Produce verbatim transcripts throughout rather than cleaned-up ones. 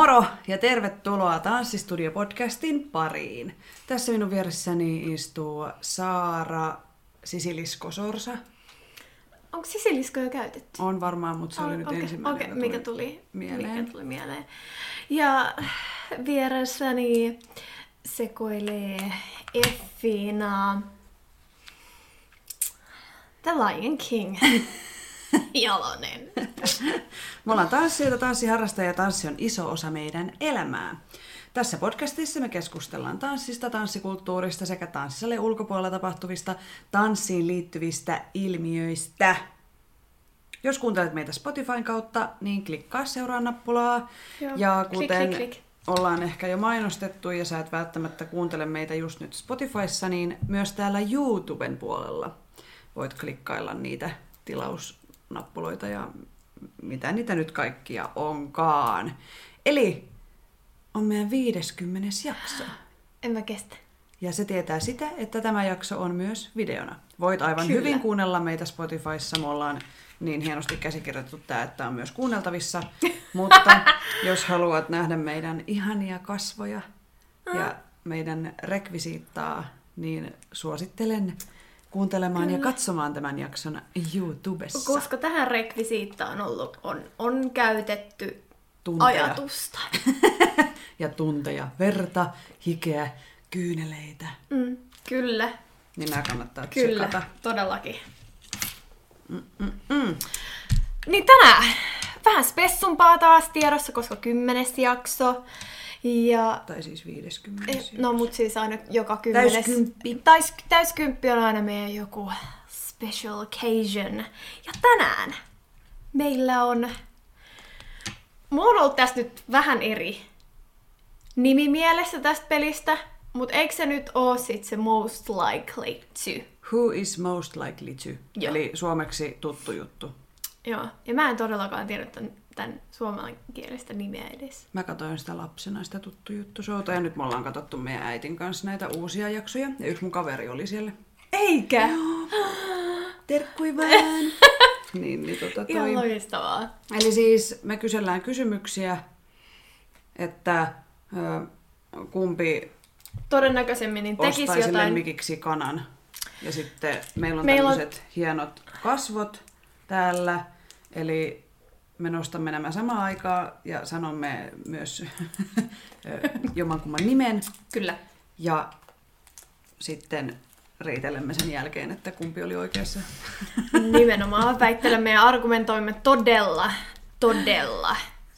Moro ja tervetuloa Tanssistudio-podcastin pariin. Tässä minun vieressäni istuu Saara Sisilisko-Sorsa. Onko Sisilisko jo käytetty? On varmaan, mutta se oli oh, nyt okay, ensimmäinen, okay. mikä tuli mieleen. Mikä tuli mieleen. Ja vieressäni sekoilee Effiina The Lion King Jalonen. Me ollaan tanssijoita, tanssiharrastajia ja tanssi on iso osa meidän elämää. Tässä podcastissa me keskustellaan tanssista, tanssikulttuurista sekä tanssisalien ulkopuolella tapahtuvista tanssiin liittyvistä ilmiöistä. Jos kuuntelet meitä Spotifyn kautta, niin klikkaa seuraa nappulaa. Joo. Ja kuten klik, klik, klik. ollaan ehkä jo mainostettu ja sä et välttämättä kuuntele meitä just nyt Spotifyssa, niin myös täällä YouTuben puolella voit klikkailla niitä tilausnappuloita ja mitä niitä nyt kaikkia onkaan. Eli on meidän viideskymmenes jakso. En mä kestä. Ja se tietää sitä, että tämä jakso on myös videona. Voit aivan Kyllä. hyvin kuunnella meitä Spotifyssa. Me ollaan niin hienosti käsikirjoitettu tää, että on myös kuunneltavissa. Mutta jos haluat nähdä meidän ihania kasvoja ja meidän rekvisiittaa, niin suosittelen kuuntelemaan Kyllä. ja katsomaan tämän jakson YouTubessa. Koska tähän rekvisiittaan on, ollut, on, on käytetty Tunteja. ajatusta. ja tunteja, verta, hikeä, kyyneleitä. Mm, kyllä. Niin nämä kannattaa Kyllä, tsekata. todellakin. Mm-mm. Niin tänään vähän spessumpaa taas tiedossa, koska kymmenes jakso. Ja Tai siis viideskymmenes. no mut siis aina joka kymmenes. Täyskymppi. Täys, täyskymppi on aina meidän joku special occasion. Ja tänään meillä on... Mulla on ollut tässä nyt vähän eri nimi mielessä tästä pelistä, mutta eikö se nyt oo sit se most likely to? Who is most likely to? Joo. Eli suomeksi tuttu juttu. Joo, ja mä en todellakaan tiedä tämän, tämän suomenkielistä nimeä edes. Mä katsoin sitä lapsena, sitä tuttu juttu showta, ja nyt me ollaan katsottu meidän äitin kanssa näitä uusia jaksoja, ja yksi mun kaveri oli siellä. Eikä? Terkkui vaan! niin, niin tota toi. Ihan loistavaa. Eli siis me kysellään kysymyksiä, että ö, kumpi Todennäköisemmin niin tekisi ostaisi jotain... lemmikiksi kanan. Ja sitten meillä on Meillä on- tämmöiset hienot kasvot täällä, eli me nostamme nämä samaan aikaan ja sanomme myös jommankumman nimen. Kyllä. Ja sitten riitelemme sen jälkeen, että kumpi oli oikeassa. Nimenomaan väittelemme ja argumentoimme todella, todella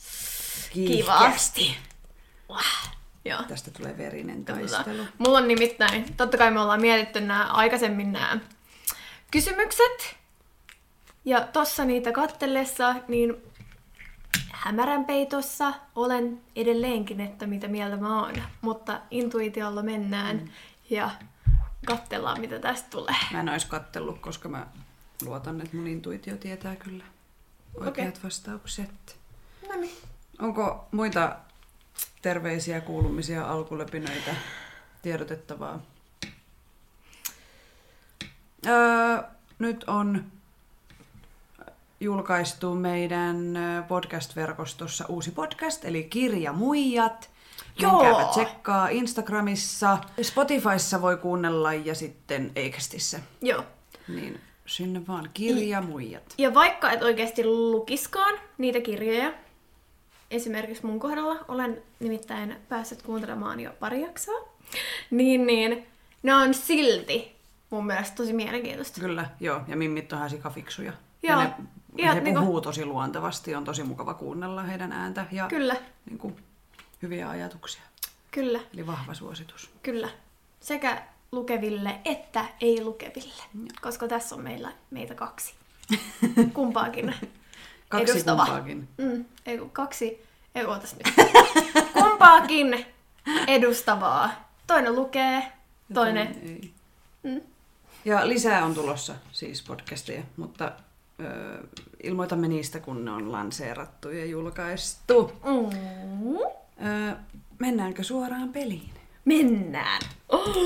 kivasti. Wah. Joo. Tästä tulee verinen Tota, taistelu. Mulla on nimittäin, totta kai me ollaan mietitty nämä aikaisemmin nämä kysymykset. Ja tossa niitä kattellessa, niin hämärän peitossa olen edelleenkin, että mitä mieltä mä oon. Mutta intuitiolla mennään mm. ja katsellaan, mitä tästä tulee. Mä en ois kattellut, koska mä luotan, että mun intuitio tietää kyllä oikeat okay. vastaukset. No niin. Onko muita terveisiä, kuulumisia, alkulepinöitä, tiedotettavaa? Öö, nyt on julkaistu meidän podcast-verkostossa uusi podcast, eli Kirjamuijat. Menkääpä tsekkaa Instagramissa. Spotifyssa voi kuunnella ja sitten Acastissa. Joo. Niin sinne vaan Kirjamuijat. Ja vaikka et oikeasti lukiskaan niitä kirjoja, esimerkiksi mun kohdalla olen nimittäin päässyt kuuntelemaan jo pari jaksoa, niin, niin ne on silti mun mielestä tosi mielenkiintoista. Kyllä, joo. Ja mimmit on ihan sikafiksuja. Joo. Ja ne, Ja he niinku- puhuu tosi luontevasti, on tosi mukava kuunnella heidän ääntä ja Kyllä, niin kuin, hyviä ajatuksia. kyllä, Eli vahva suositus. kyllä. Sekä lukeville että ei-lukeville, koska tässä on meillä meitä kaksi. Kumpaakin Kaksi edustava. kumpaakin. Mm, ei kun kaksi, ei ootas nyt. Kumpaakin edustavaa. Toinen lukee, toinen... Ei. Mm. Ja lisää on tulossa siis podcasteja, mutta ö, ilmoitamme niistä, kun ne on lanseerattu ja julkaistu. Mm. Ö, mennäänkö suoraan peliin? Mennään. Oh.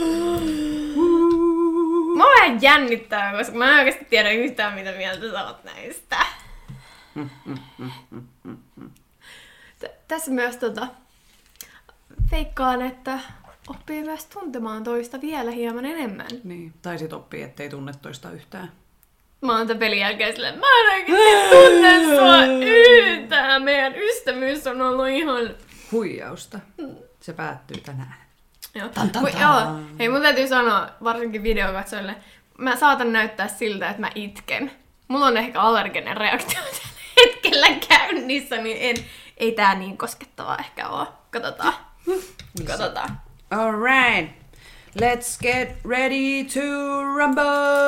Mä vähän jännittää, koska mä en oikeasti tiedä yhtään, mitä mieltä sä oot näistä. tässä myös tota, feikkaan, että oppii myös tuntemaan toista vielä hieman enemmän. Niin. Tai sit oppii, ettei tunne toista yhtään. Mä oon tämän pelin jälkeen silleen, mä en oikeesti tunne sua yhtään. Meidän ystävyys on ollut ihan... Huijausta. Se päättyy tänään. Joo. Tan, tan, Mut tan. joo. Hei, mun täytyy sanoa, varsinkin videokatsojille, mä saatan näyttää siltä, että mä itken. Mulla on ehkä allerginen reaktio tällä hetkellä käynnissä, niin en, ei tää niin koskettavaa ehkä oo. Katsotaan. Katsotaan. Alright. Let's get ready to rumble!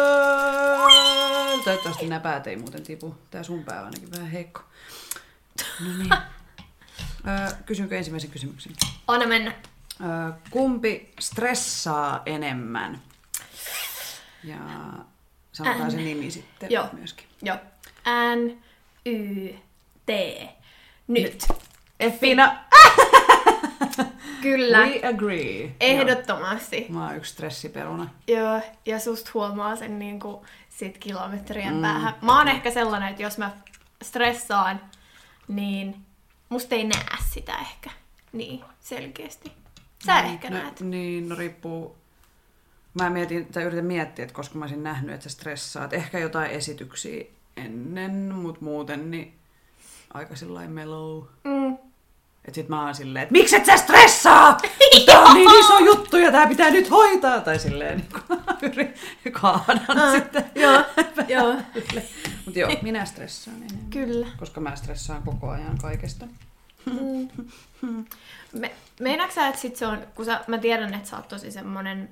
Toivottavasti nämä päät ei muuten tipu. Tää sun pää on ainakin vähän heikko. No niin. Öö, kysynkö ensimmäisen kysymyksen? Anna mennä. Öö, kumpi stressaa enemmän? Ja sanotaan N. se nimi sitten Joo. myöskin. Joo. N, Y, T. Nyt. Effina! Kyllä. We agree. Ehdottomasti. Joo. Mä oon yksi stressiperuna. Joo, ja susta huomaa sen niinku sit kilometrien mm. päähän. Mä oon ehkä sellainen, että jos mä stressaan, niin musta ei näe sitä ehkä niin selkeästi. Sä niin, ehkä no, näet. Niin, no riippuu. Mä mietin, tai yritän miettiä, että koska mä olisin nähnyt, että sä stressaat. Ehkä jotain esityksiä ennen, mut muuten niin aika sillain mellow. Mm. Et sit mä oon silleen, että miksi et sä stressaa? Tää on niin iso juttu ja tää pitää nyt hoitaa. Tai silleen niin kaadan Ah, sitten. Joo, joo. Mut joo, minä stressaan enemmän. Kyllä. Koska mä stressaan koko ajan kaikesta. Mm. Me, meinaatko sä, että sit se on, kun sä, mä tiedän, että sä oot tosi semmonen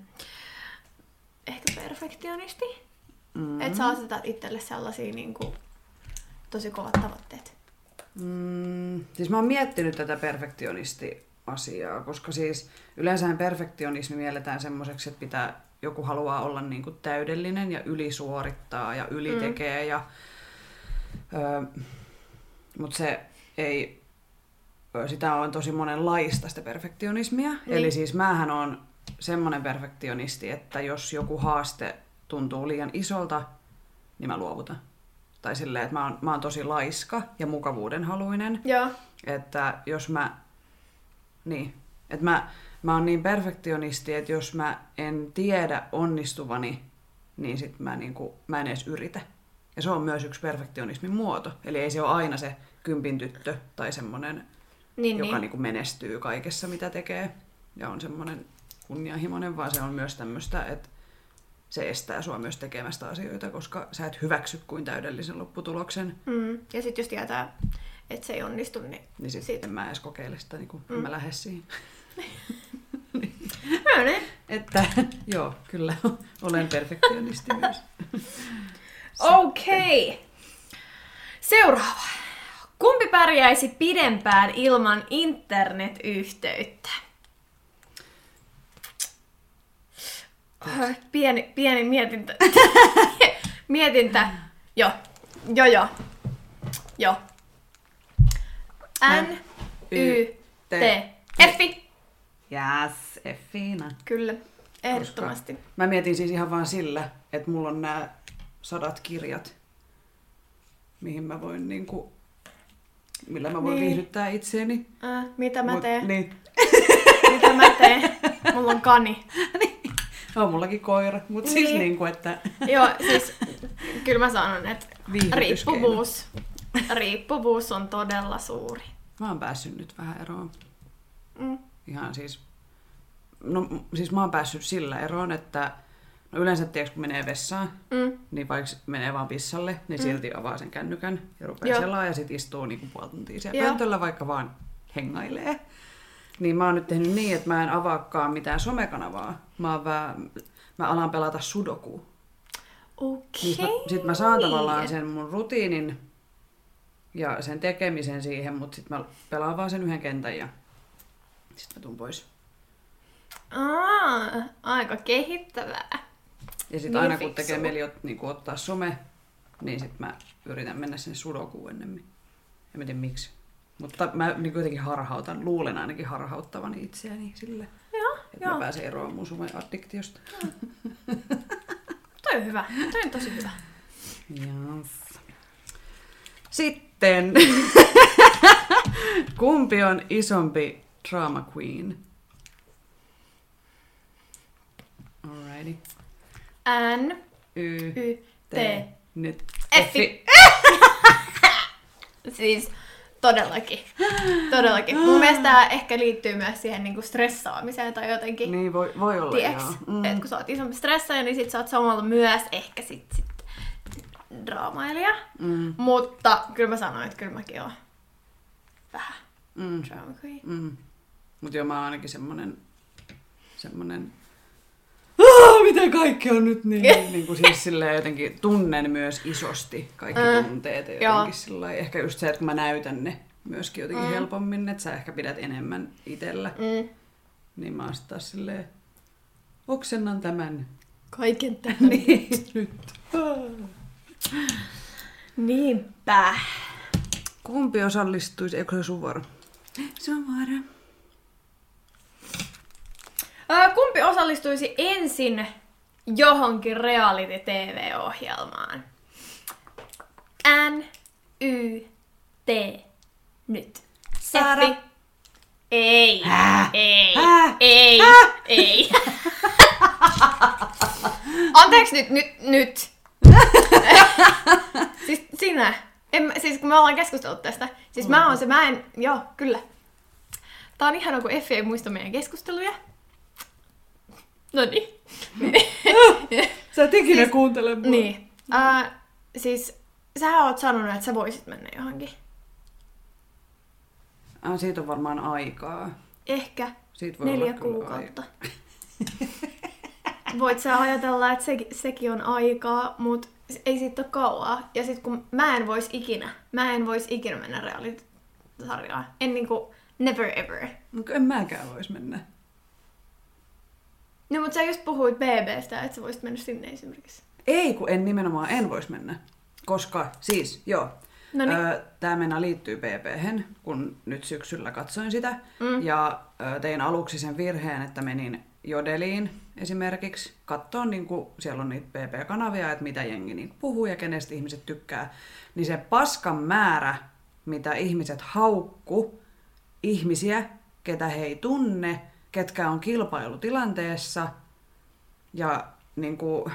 ehkä perfektionisti, Mm. että sä asetat itselle sellaisia niinku, tosi kovat tavoitteet. Mm, siis mä oon miettinyt tätä perfektionisti-asiaa, koska siis yleensä perfektionismi mielletään semmoiseksi, että pitää, joku haluaa olla niin kuin täydellinen ja ylisuorittaa ja ylitekee. Mm. Ja, ö, mutta se ei, sitä on tosi monenlaista sitä perfektionismia. Niin. Eli siis määhän on semmoinen perfektionisti, että jos joku haaste tuntuu liian isolta, niin mä luovutan. Tai silleen, että mä oon, mä oon tosi laiska ja mukavuudenhaluinen. Joo. Että jos mä... Niin. Että mä, mä oon niin perfektionisti, että jos mä en tiedä onnistuvani, niin sit mä, niinku, mä en edes yritä. Ja se on myös yksi perfektionismin muoto. Eli ei se ole aina se kympin tyttö tai semmonen, Niin, joka niin. niinku menestyy kaikessa, mitä tekee. Ja on semmonen kunnianhimoinen, vaan se on myös tämmöistä, että se estää sua myös tekemästä asioita, koska sä et hyväksy kuin täydellisen lopputuloksen. Mm. Ja sitten jos tietää, että se ei onnistu, niin... Niin sitten siitä. en mä edes kokeile sitä, niin kuin Mm. en mä lähde siihen. No niin. Että joo, kyllä olen perfektionisti myös. Okei. Okay. Seuraava. Kumpi pärjäisi pidempään ilman internetyhteyttä? Pieni, pieni mietintä. mietintä. Joo. Joo, joo. Joo. N, Y, T. Effi. Yes, Effina. Kyllä. Ehdottomasti. Koska mä mietin siis ihan vaan sillä, että mulla on nämä sadat kirjat, mihin mä voin niinku, millä mä voin Niin. viihdyttää itseäni. Äh, mitä mä Mut- teen? Niin. Mitä mä teen? Mulla on kani. On mullakin koira, mutta Niin. siis niinku, että Joo, siis kyllä mä sanon, että viihdytyskeino. riippuvuus, riippuvuus on todella suuri. Mä oon päässyt nyt vähän eroon. Mm. Ihan siis, no siis mä oon päässyt sillä eroon, että no yleensä tiedätkö, kun menee vessaan, Mm. niin vaikka menee vaan pissalle, niin Mm. silti avaa sen kännykän ja rupeaa Joo. selaa ja sit istuu niinku puoli tuntia siellä Joo. pöntöllä, vaikka vaan hengailee. Niin mä oon nyt tehnyt niin, että mä en avaakaan mitään somekanavaa. Mä, oon vaan, mä alan pelata sudokua. Okei. Niin mä, sit mä saan tavallaan sen mun rutiinin ja sen tekemisen siihen, mutta sit mä pelaan vaan sen yhden kentän ja sit mä tuun pois. Aa, aika kehittävää. Ja sit Niin aina kun fiksua. tekee mieli ot- niin kun ottaa some, niin sit mä yritän mennä sinne sudokuun ennemmin. En mä tiedä miksi. Mutta mä niin kuitenkin harhautan, luulen ainakin harhauttavani itseäni sille, Joo, että joo. mä pääsen eroon mun some-addiktiosta. Toi on hyvä. Toi on tosi hyvä. Yes. Sitten Kumpi on isompi drama queen? Alrighty. N. Y. Y. T. T. Nyt. Effi. Siis todellakin. Todellakin. Mun mielestä tää ehkä liittyy myös siihen niinku stressaamiseen tai jotenkin. Niin voi, voi olla, Tiiäks, joo. Mm. että kun sä oot isompi stressaaja, niin sit sä oot samalla myös ehkä sit, sit draamailija. Mm. Mutta kyllä mä sanoin, että kyllä mäkin oon vähän Mm. drama queen. Mm. Mut joo, mä oon ainakin semmonen, semmonen, Aah, miten kaikki on nyt niin, niin kuin siis silleen jotenkin tunnen myös isosti kaikki Mm. tunteet ja Joo. jotenkin sillä ehkä just se, että kun mä näytän ne myöskin jotenkin Mm. helpommin, että sä ehkä pidät enemmän itellä, Mm. niin mä oon sit taas silleen, oksennan tämän. Kaiken tämän. Niin, nyt. Ah. Niinpä. Kumpi osallistuisi, eikö se sun vuoro? Se on vuoro. Ää, kumpi osallistuisi ensin johonkin reality-T V-ohjelmaan? N, Y, T, nyt. Saara. Effi. Ei. Hää? Ei. Hää? Ei. Hää? Ei. Anteeksi nyt, nyt, nyt. Siis sinä. En, mä- siis kun me ollaan keskustellut tästä. Siis mä oon se, mä en, joo, kyllä. Tää on ihana, kun Effi ei muista meidän keskusteluja. No niin. Sä et ikinä Siis- kuuntele mua. Niin. Uh, siis sä oot sanonut, että sä voisit mennä johonkin. Ah, siitä on varmaan aikaa. Ehkä Siitä voi neljä olla kyllä kuukautta. Voit sä ajatella, että se, sekin on aikaa, mutta ei siitä ole kauaa. Ja sit kun mä en vois ikinä, mä en vois ikinä mennä reality-sarjaan. En niinku, never ever. No, en mäkään vois mennä. No mut sä just puhuit B B:stä, että sä voisit mennä sinne esimerkiksi. Ei, kun en nimenomaan en vois mennä. Koska, siis, joo. Noniin. Öö, Tämä mennä liittyy B B:hen, kun nyt syksyllä katsoin sitä. Mm. Ja ö, tein aluksi sen virheen, että menin Jodeliin esimerkiksi katsoin, niin kuin, siellä on niitä B B-kanavia, että mitä jengi niin puhuu ja kenestä ihmiset tykkää. Niin se paskan määrä, mitä ihmiset haukku, ihmisiä, ketä he ei tunne, ketkä on kilpailutilanteessa. Ja niin kuin,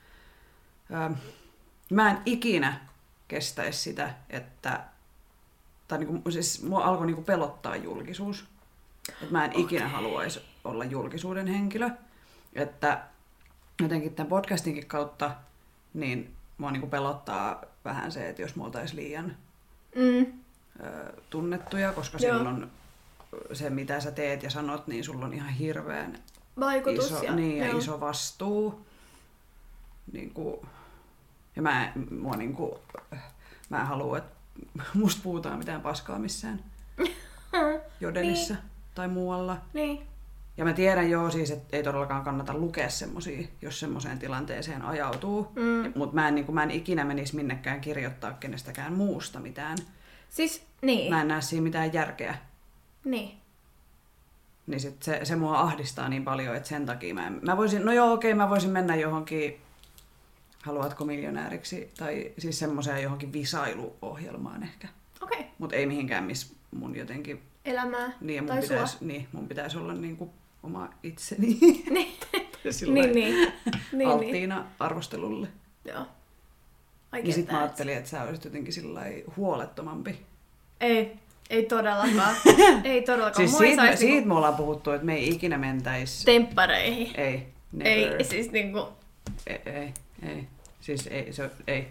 ö, mä en ikinä kestäisi sitä, että tai niinku, siis mua alkoi niinku pelottaa julkisuus. Että mä en okay. ikinä haluaisi olla julkisuuden henkilö. Että jotenkin tämän podcastinkin kautta niin mua niinku pelottaa vähän se, että jos me oltaisiin liian Mm. ö, tunnettuja, koska Joo. silloin se, mitä sä teet ja sanot, niin sulla on ihan hirveän Vaikutus iso, ja, niin, ja joo. iso vastuu. Niin kuin, ja mä, mua niin kuin, mä en halua, että musta puhutaan mitään paskaa missään Jodelissa Niin. tai muualla. Niin. Ja mä tiedän joo siis, että ei todellakaan kannata lukea semmosia, jos semmoiseen tilanteeseen ajautuu. Mm. Mutta mä, en, niin kuin, mä en ikinä menisi minnekään kirjoittaa kenestäkään muusta mitään. Siis, niin. Mä en näe siinä mitään järkeä. Niin. Niin sit se, se mua ahdistaa niin paljon, että sen takia mä en, mä voisin, no joo okei, mä voisin mennä johonkin Haluatko miljonääriksi, tai siis semmoiseen johonkin visailuohjelmaan ehkä. Okei. Okay. Mutta ei mihinkään, missä mun jotenkin, Elämää. niin, mun tai pitäisi, sua. niin, mun pitäisi olla niinku oma itseni. Niin. Sillä niin, niin. niin, niin. alttiina arvostelulle. Joo. I Ja get sit mä that. ajattelin, että sä olisit jotenkin sillai huolettomampi. Ei. Ei todellakaan. ei todellakaan. Siis Mua ei siitä, saisi siitä niinku me ollaan puhuttu, että me ei ikinä mentäis. temppareihin. Ei, never. Ei, siis niinku... Ei, ei, ei. Siis ei, se ei.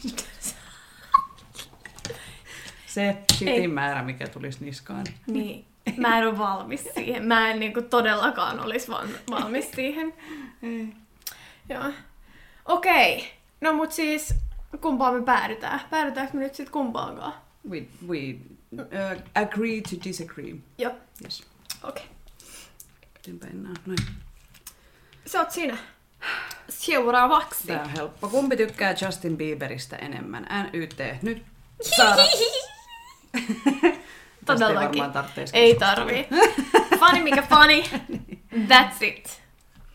Se shitin määrä, mikä tulisi niskaan. Niin. Mä en ole valmis siihen. Mä en niinku todellakaan olisi val- valmis siihen. Ei. Joo. Okei. No mut siis, kumpaan me päädytään? Päädytäänkö me nyt sit kumpaankaan? We, we uh, agree to disagree. Joo. Yes. Okei. Eteenpä enää. Noin. Sä oot siinä. Seuraavaksi. Tää on helppo. Kumpi tykkää Justin Bieberistä enemmän? N Y T. Nyt Saara. Tästä ei Todellakin. varmaan tarvitse Ei keskustella. tarvii. Funny mikä funny. That's it.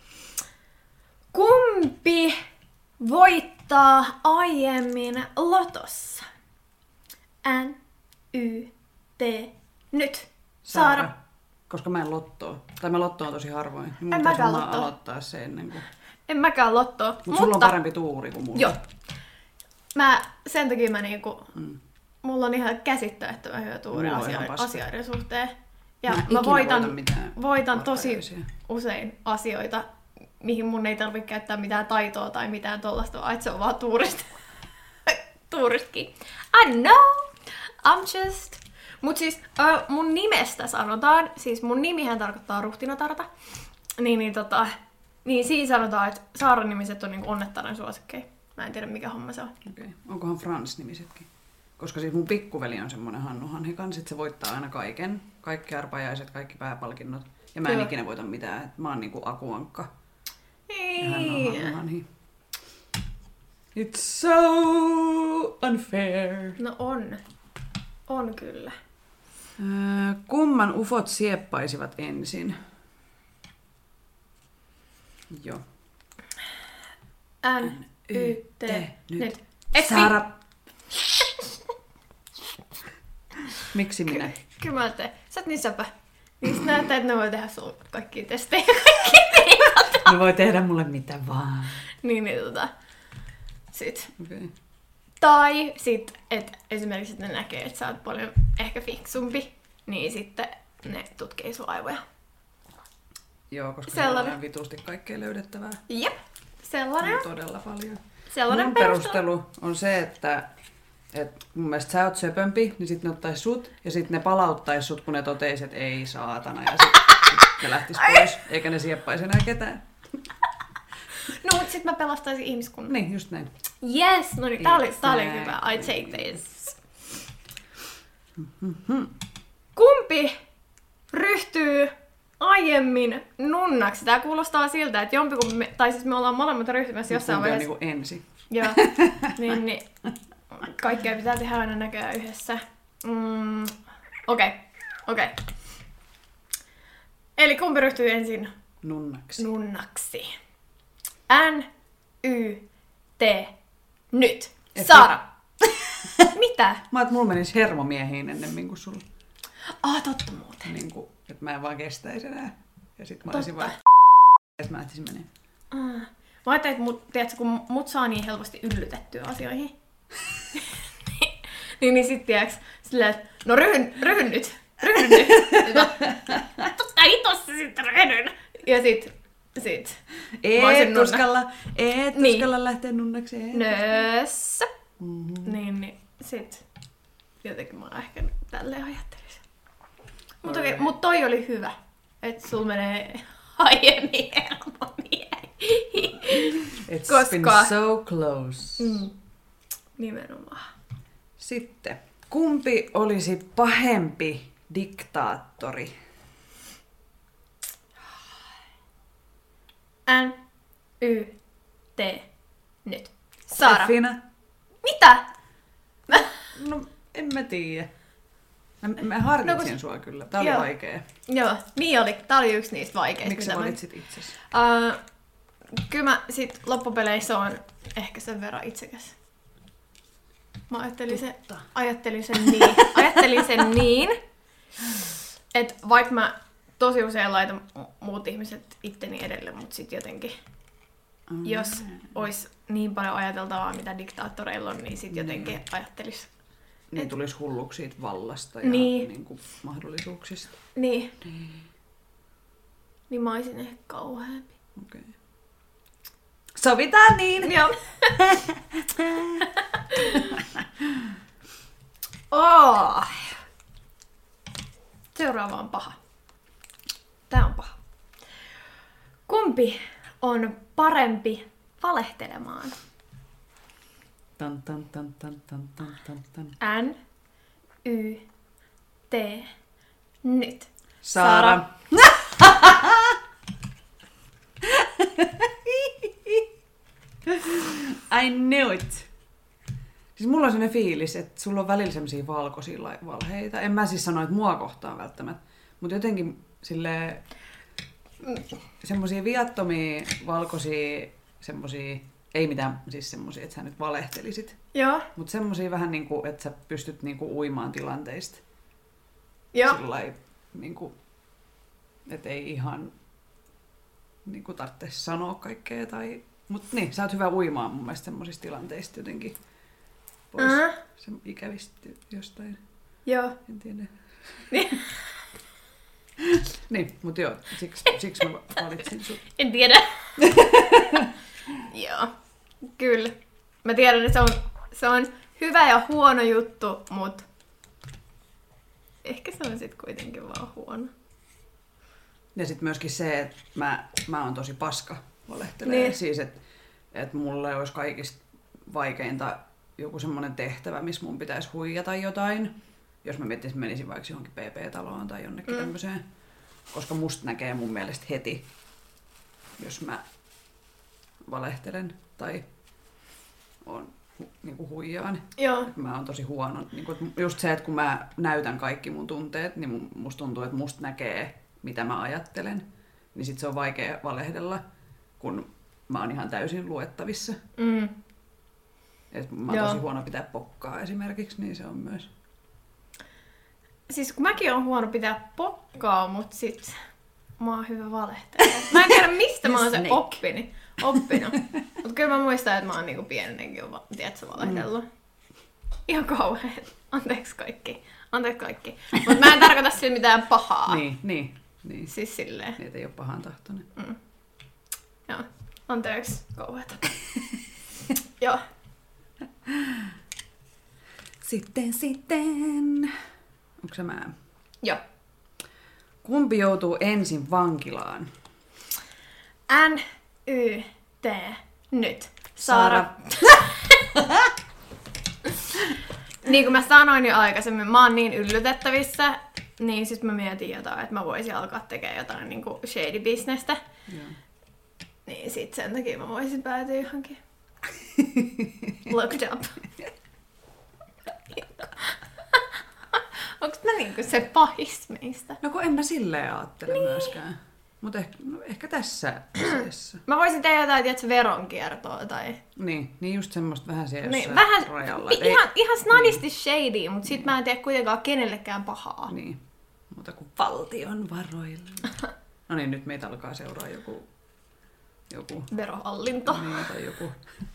Kumpi voittaa aiemmin lotossa? N, Y, T, nyt. Saara. Saara. Koska mä en lottoa. Tai mä lottoon tosi harvoin. Mun En pitäisi mäkään varmaan lottoa. aloittaa se ennen kuin... En mäkään lottoa. Mut sulla on parempi tuuri kuin mulla. Joo. Mä, sen takia mä niinku... Mm. Mulla on ihan käsittämättömän hyvä tuuri Mulla on ihan asioiden, paska. asioiden suhteen. Ja Mä mä, en ikinä voitan, voita mitään voitan tosi arpajaisia. usein asioita, mihin mun ei tarvitse käyttää mitään taitoa tai mitään tollasta, vaan että se on vaan tuurista. Tuuristakin. I know! I'm just... Mut siis äh, mun nimestä sanotaan, siis mun nimihän tarkoittaa ruhtinatarta, niin, niin, tota, niin siinä sanotaan, että Saaran nimiset on niinku onnettaren suosikkeja. Mä en tiedä mikä homma se on. Okei. Okay. Onkohan Frans-nimisetkin? Koska siis mun pikkuveli on semmonen Hannu Hanhikan, sit se voittaa aina kaiken. Kaikki arpajaiset, kaikki pääpalkinnot. Ja mä en Kyllä. ikinä voita mitään. Et mä oon niinku akuankka. Ei. Ja hän on Hannu Hanhi. It's so unfair. No on. On kyllä. Öö, kumman ufot sieppaisivat ensin? Joo. N, Y, T, nyt. nyt. Espi. Saara. Miksi minä? Kyllä mä teen. Sä oot niin säpä. Niin näyttää, että ne voi tehdä sulle kaikkia testejä ja kaikki. Ne voi tehdä mulle mitä vaan. Niin, niin tota. Sit. Okay. Tai sit, että esimerkiksi että ne näkee, että sä oot paljon ehkä fiksumpi, niin sitten ne tutkii sun aivoja. Joo, koska Sellainen. siellä on vitusti kaikkea löydettävää. Jep. Sellainen. On todella paljon. Sellainen Mun perustelu on se, että et mun mielestä sä oot söpömpi, niin sit ne ottais sut ja sit ne palauttais sut, kun ne toteis, että ei saatana. Ja sit, sit ne lähtis pois, eikä ne sieppaisi enää ketään. No, mut sit mä pelastaisin ihmiskunnan. Niin, just näin. Yes! No niin, tää oli, tää oli Exactly. hyvä. I take this. Kumpi ryhtyy aiemmin nunnaksi? Tää kuulostaa siltä, että jompikumpi, me, tai siis me ollaan molemmat ryhtymässä jossain Kumpi on vaiheessa. niinku ensi. Joo, niin, niin kaikkea pitää tehdä aina näköjään yhdessä. Mm, Okei, okay. okei. Okay. Eli kumpi ryhtyy ensin Nunnaksi. nunnaksi? N, Y, T, nyt. Et Saara. Mitä? Mä oot, mulla menisi hermomiehiin ennemmin kuin sulla. Ah, totta muuten. Niin kuin, että mä en vaan kestäisi enää. Ja sit mä Totta. olisin vaan, että mä lähtisin menee. Ah. Mä ajattelin, että mut, tiedätkö, kun mut saa niin helposti yllytettyä asioihin. niin, niin sit tiedätkö, silleen, että no ryhyn, ryhyn nyt. Ryhyn nyt. No, totta hitossa sit ryhdyn. Ja sit, sit. Mä olisin Et nunna. uskalla, et Niin. uskalla lähteä nunnaksi. Et. Nöössä. Mm-hmm. Niin, niin sit. Jotenkin mä ehkä tälleen ajattelisin. Mutta Alright. mut toi oli hyvä. Että sul menee aiemmin hermomiehiin. It's Koska- been so close. Mm. Nimenomaan. Sitten, kumpi olisi pahempi diktaattori? N, Y, T, nyt. Saara. Effina? Mitä? Mä... No, en mä tiedä. Mä, mä harkitsin No, kun- sua kyllä. Tää oli Joo. vaikea. Joo, niin oli. Tää oli yksi niistä vaikeista. Miksi sä mitä mä- valitsit itsesi? Uh, kyllä mä sit loppupeleissä on ehkä sen verran itsekäs. Mä ajattelin, se, Totta. ajattelin sen niin, ajattelin sen niin, että vaikka mä tosi usein laitan muut ihmiset itteni edelle, mutta sit jotenkin, Mm. jos olisi niin paljon ajateltavaa, mitä diktaattoreilla on, niin sit jotenkin ajattelis. Niin et- tulisi hulluksi siitä vallasta ja Niin. niin kuin mahdollisuuksista. Niin, Niin. niin mä olisin ehkä kauheampi. Okay. Sovitaan niin! Joo. Oh. Seuraava on paha. Tää on paha. Kumpi on parempi valehtelemaan? Tan, tan, tan, tan, tan, tan, tan, tan. N, Y, T, nyt. Saara. I knew it. Siis mulla on sellainen fiilis, että sulla on välillä sellaisia valkoisia lai- valheita. En mä siis sano, että mua kohtaan välttämättä. Mutta jotenkin silleen semmosia viattomia, valkoisia, semmosia, ei mitään siis semmosia, että sä nyt valehtelisit. Joo, Mutta semmosia vähän niinku, että sä pystyt niinku uimaan tilanteista. Sillai, niinku, et ei ihan niinku tarvitse sanoa kaikkea. Tai... Mutta niin, sä oot hyvä uimaan mun mielestä semmosista tilanteista jotenkin pois uh-huh. se ikävistä jostain. Joo. En tiedä. Niin, mutta joo, siksi, siksi mä valitsin sut. En tiedä. Joo, kyllä. Mä tiedän, että se on, se on hyvä ja huono juttu, mutta ehkä se on sit kuitenkin vaan huono. Ja sit myöskin se, että mä, mä oon tosi paska valehtelee. Niin. Siis, että et mulle olisi kaikista vaikeinta joku semmoinen tehtävä, missä mun pitäisi huijata jotain. Jos mä miettisin, että menisin vaikka johonkin P P-taloon tai jonnekin mm. tämmöiseen. Koska musta näkee mun mielestä heti, jos mä valehtelen tai on hu- niinku huijaan. Joo. Mä oon tosi huono. Niinku, just se, että kun mä näytän kaikki mun tunteet, niin musta tuntuu, että musta näkee, mitä mä ajattelen. Niin sit se on vaikea valehdella, kun mä oon ihan täysin luettavissa. Mm. Et mä oon Joo. tosi huono pitää pokkaa esimerkiksi, niin se on myös. Siis kun mäkin on huono pitää pokkaa, mut sit mä oon hyvä valehtelemaan. Mä en tiedä mistä mä oon sen oppinut. oppinut. Mut kyllä mä muistan, että mä oon niinku pienenkin jo, tiedätkö, valehdellut. Mm. Ihan kauhean. Anteeksi kaikki. Anteeksi kaikki. Mut mä en tarkoita sillä mitään pahaa. Niin, niin. niin. Siis silleen. Niitä ei oo pahan tahtoinen. Mm. Joo. Anteeksi kauheeta. Joo. Sitten, sitten. Onko se mä? Joo. Kumpi joutuu ensin vankilaan? N, Y, T, nyt. Saara. Niin kuin mä sanoin jo aikaisemmin, mä oon niin yllytettävissä, niin sit mä mietin jotain, että mä voisin alkaa tekemään jotain niin kuin shady businessta. Joo. Niin sit sen takia mä voisin päätyä johonkin. Looked up. Onks mä niinku se pahis meistä? No kun en mä silleen ajattele niin. myöskään. Mutta ehkä, no, ehkä tässä asiassa. Mä voisin tehdä jotain, tiedätkö, veronkiertoa tai... Niin, niin just semmoista vähän siellä niin, vähän, rajalla. Ihan, ei... ihan snadisti niin. shady, mutta sit niin. mä en tee kuitenkaan kenellekään pahaa. Niin, mutta kuin valtion varoilla. No niin, nyt meitä alkaa seuraa joku... joku... Verohallinto. Niin, tai joku...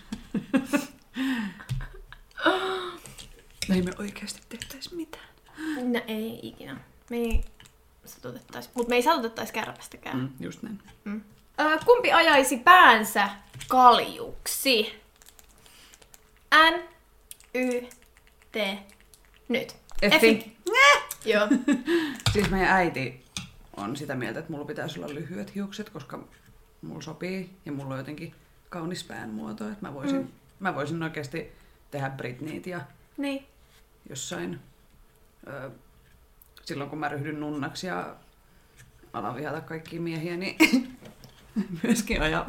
No ei me oikeasti tehtäisi mitään. No ei ikinä. Me ei satutettais. Mut me ei satutettais kärpästäkään. Mm, just näin. Mm. Ö, kumpi ajaisi päänsä kaljuksi? N, Y, T, nyt. Effi. Joo. Siis meidän äiti on sitä mieltä, että mulla pitäisi olla lyhyet hiukset, koska mulla sopii ja mulla on jotenkin kaunis päänmuoto, että mä voisin, mm. mä voisin oikeasti tehdä Britneyt ja niin. jossain ö, silloin kun mä ryhdyn nunnaksi ja alan vihata kaikkia miehiä, niin myöskin ajaa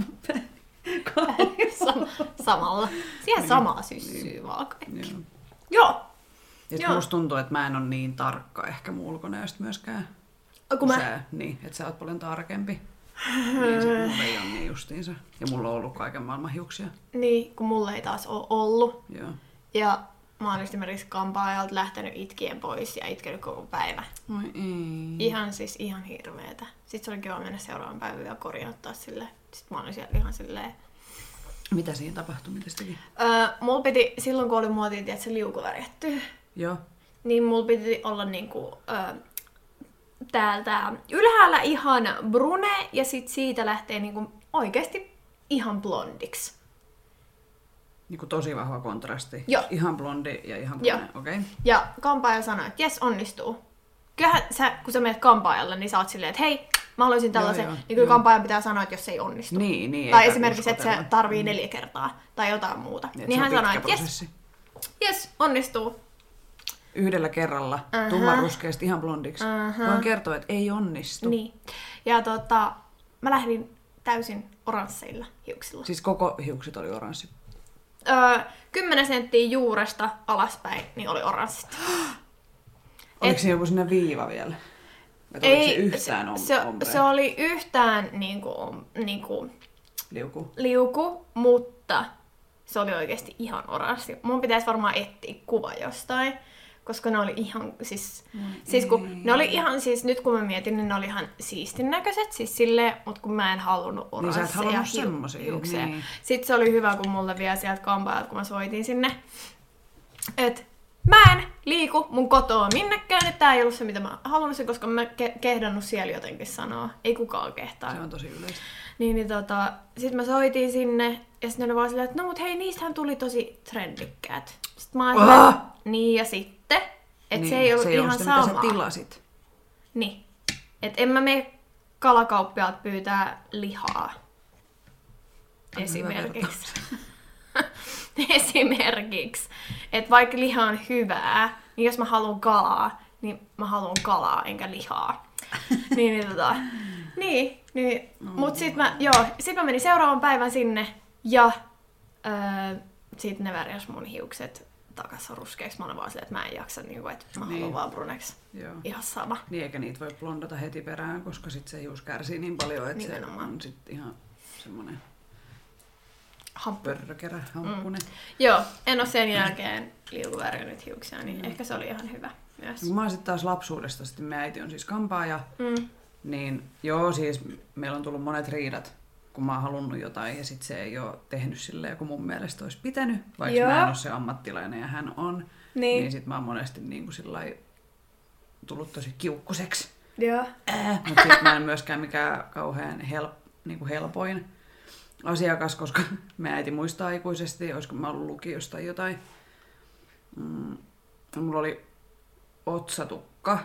Sam- samalla. Siihen niin. Samaa syssyy niin. vaan kaikki. Joo. Joo. Ja sit musta tuntuu, että mä en ole niin tarkka ehkä mun ulkonäöstä myöskään. Kun mä... sä, niin, että sä oot paljon tarkempi. Niin sit mulla ei ole niin justiinsa. Ja mulla on ollut kaiken maailman hiuksia. Niin, kun mulla ei taas ole ollut. Joo. Ja mä oon esimerkiksi kampaajalta lähtenyt itkien pois ja itkenyt koko päivä. Oi ei. Ihan siis ihan hirveetä. Sitten se oli kiva mennä seuraavan päivän ja korjauttaa silleen. Sitten mä olin siellä ihan silleen... Mitä siinä tapahtui? Mitä se teki? Öö, mulla piti, silloin kun oli muotiin, että se liuku värjätty. Joo. Niin mulla piti olla niinku... Öö, täältä ylhäällä ihan brune ja sit siitä lähtee niinku oikeesti ihan blondiksi. Niinku tosi vahva kontrasti. Joo. Ihan blondi ja ihan brune, okei. Okay. Ja kampaaja sanoi, että jes, onnistuu. Kyllähän sä, kun sä menet kampaajalle, niin sä oot silleen, että hei, mä haluaisin tällaisen. Joo, joo, niin kyllä kampaajan pitää sanoa, että jos se ei onnistu. Niin, niin. Tai esimerkiksi, että se tarvii neljä kertaa tai jotain muuta. Niin, niin hän sanoi, että jes, jes, onnistuu. Yhdellä kerralla uh-huh. tummanruskeasti ihan blondiksi. Uh-huh. Voin kertoa, että ei onnistu. Niin. Ja tota, mä lähdin täysin oransseilla hiuksilla. Siis koko hiukset oli oranssi? Öö, kymmenen senttiä juuresta alaspäin, niin oli oranssit. Oliko se joku sinne viiva vielä? Vai ei, se yhtään om- se, se oli yhtään niinku, niinku, liuku. liuku, mutta se oli oikeasti ihan oranssi. Mun pitäisi varmaan etsiä kuva jostain, koska ne oli ihan, siis, mm, siis kun mm. ne oli ihan, siis nyt kun mä mietin, niin ne oli ihan siistin näköiset, siis silleen, mutta kun mä en halunnut oransseja niin, hi- hiuksia. Niin. Sitten se oli hyvä, kun mulle vielä sieltä kampaajalta, kun mä soitin sinne, että mä en liiku mun kotoa minnekään, että tää ei ollut se, mitä mä halunnut, koska mä ke- kehdannut siellä jotenkin sanoa. Ei kukaan kehtaa. Se on tosi yleistä. Niin, niin tota, sit mä soitin sinne, ja sitten ne oli vaan silleen, että no mut hei, niistähän tuli tosi trendikkäät. Sitten mä olin oh! niin ja sitten, että niin, se ei ollut se ei ihan sitä, sama. Mitä sä tilasit. Niin. Että en mä mene kalakauppialta pyytää lihaa. On esimerkiksi. Esimerkiksi. Että vaikka liha on hyvää, niin jos mä haluan kalaa, niin mä haluan kalaa enkä lihaa. niin, niin, tota, niin, niin. No, mut sit mä, joo, sit mä menin seuraavan päivän sinne ja öö, sit ne värjäs mun hiukset takas ruskeaksi. Mä olin vaan silleen, että mä en jaksa, niin, että mä haluan niin. vaan bruneksi. Joo. Ihan sama. Niin, eikä niitä voi blondata heti perään, koska sit se hius kärsii niin paljon, että nimenomaan. Se on sit ihan semmonen pörrökerä, hamppunen. Mm. Joo, en oo sen jälkeen liukuvärjännyt hiuksia, niin mm. ehkä se oli ihan hyvä myös. Mä oon sit taas lapsuudesta, sitten meidän äiti on siis kampaaja, mm. niin joo, siis meillä on tullut monet riidat, kun mä oon halunnut jotain ja sit se ei oo tehnyt silleen, kun mun mielestä olisi pitänyt, vaikka joo. mä en oo se ammattilainen ja hän on, niin, niin sit mä oon monesti niin kuin sillai tullut tosi kiukkuseksi. Joo. Äh, mut sit mä en myöskään mikään kauhean help, niin kuin helpoin asiakas, koska me äiti muistaa aikuisesti, olisiko mä ollut lukiosta tai jotain. Mm, mulla oli otsatukka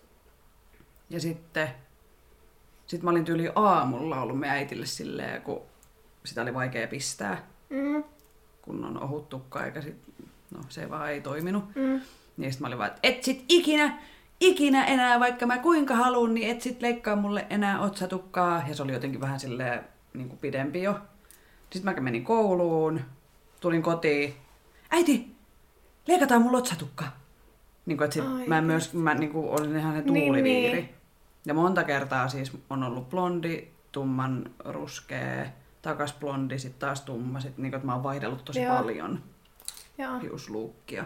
ja sitten sit mä olin tyyli aamulla ollut me äitille silleen, kun sitä oli vaikea pistää, mm. kun on ohut tukka eikä sit, no se vaan ei toiminut. Mm. Niin sit mä olin vaan, että et sit ikinä, ikinä enää, vaikka mä kuinka haluun, niin et sit leikkaa mulle enää otsatukkaa. Ja se oli jotenkin vähän silleen niin kuin pidempi jo. Sitten mä menin kouluun, tulin kotiin. Äiti, leikataan mulle otsatukka. Niin kuin, että sit Ai, mä en myös, mä niin kuin olin ihan se tuuliviiri. Niin, niin. Ja monta kertaa siis on ollut blondi, tumman ruskea, takas blondi, sit taas tumma. Sit, niin kuin, että mä oon vaihdellut tosi Joo. paljon Joo. hiusluukkia.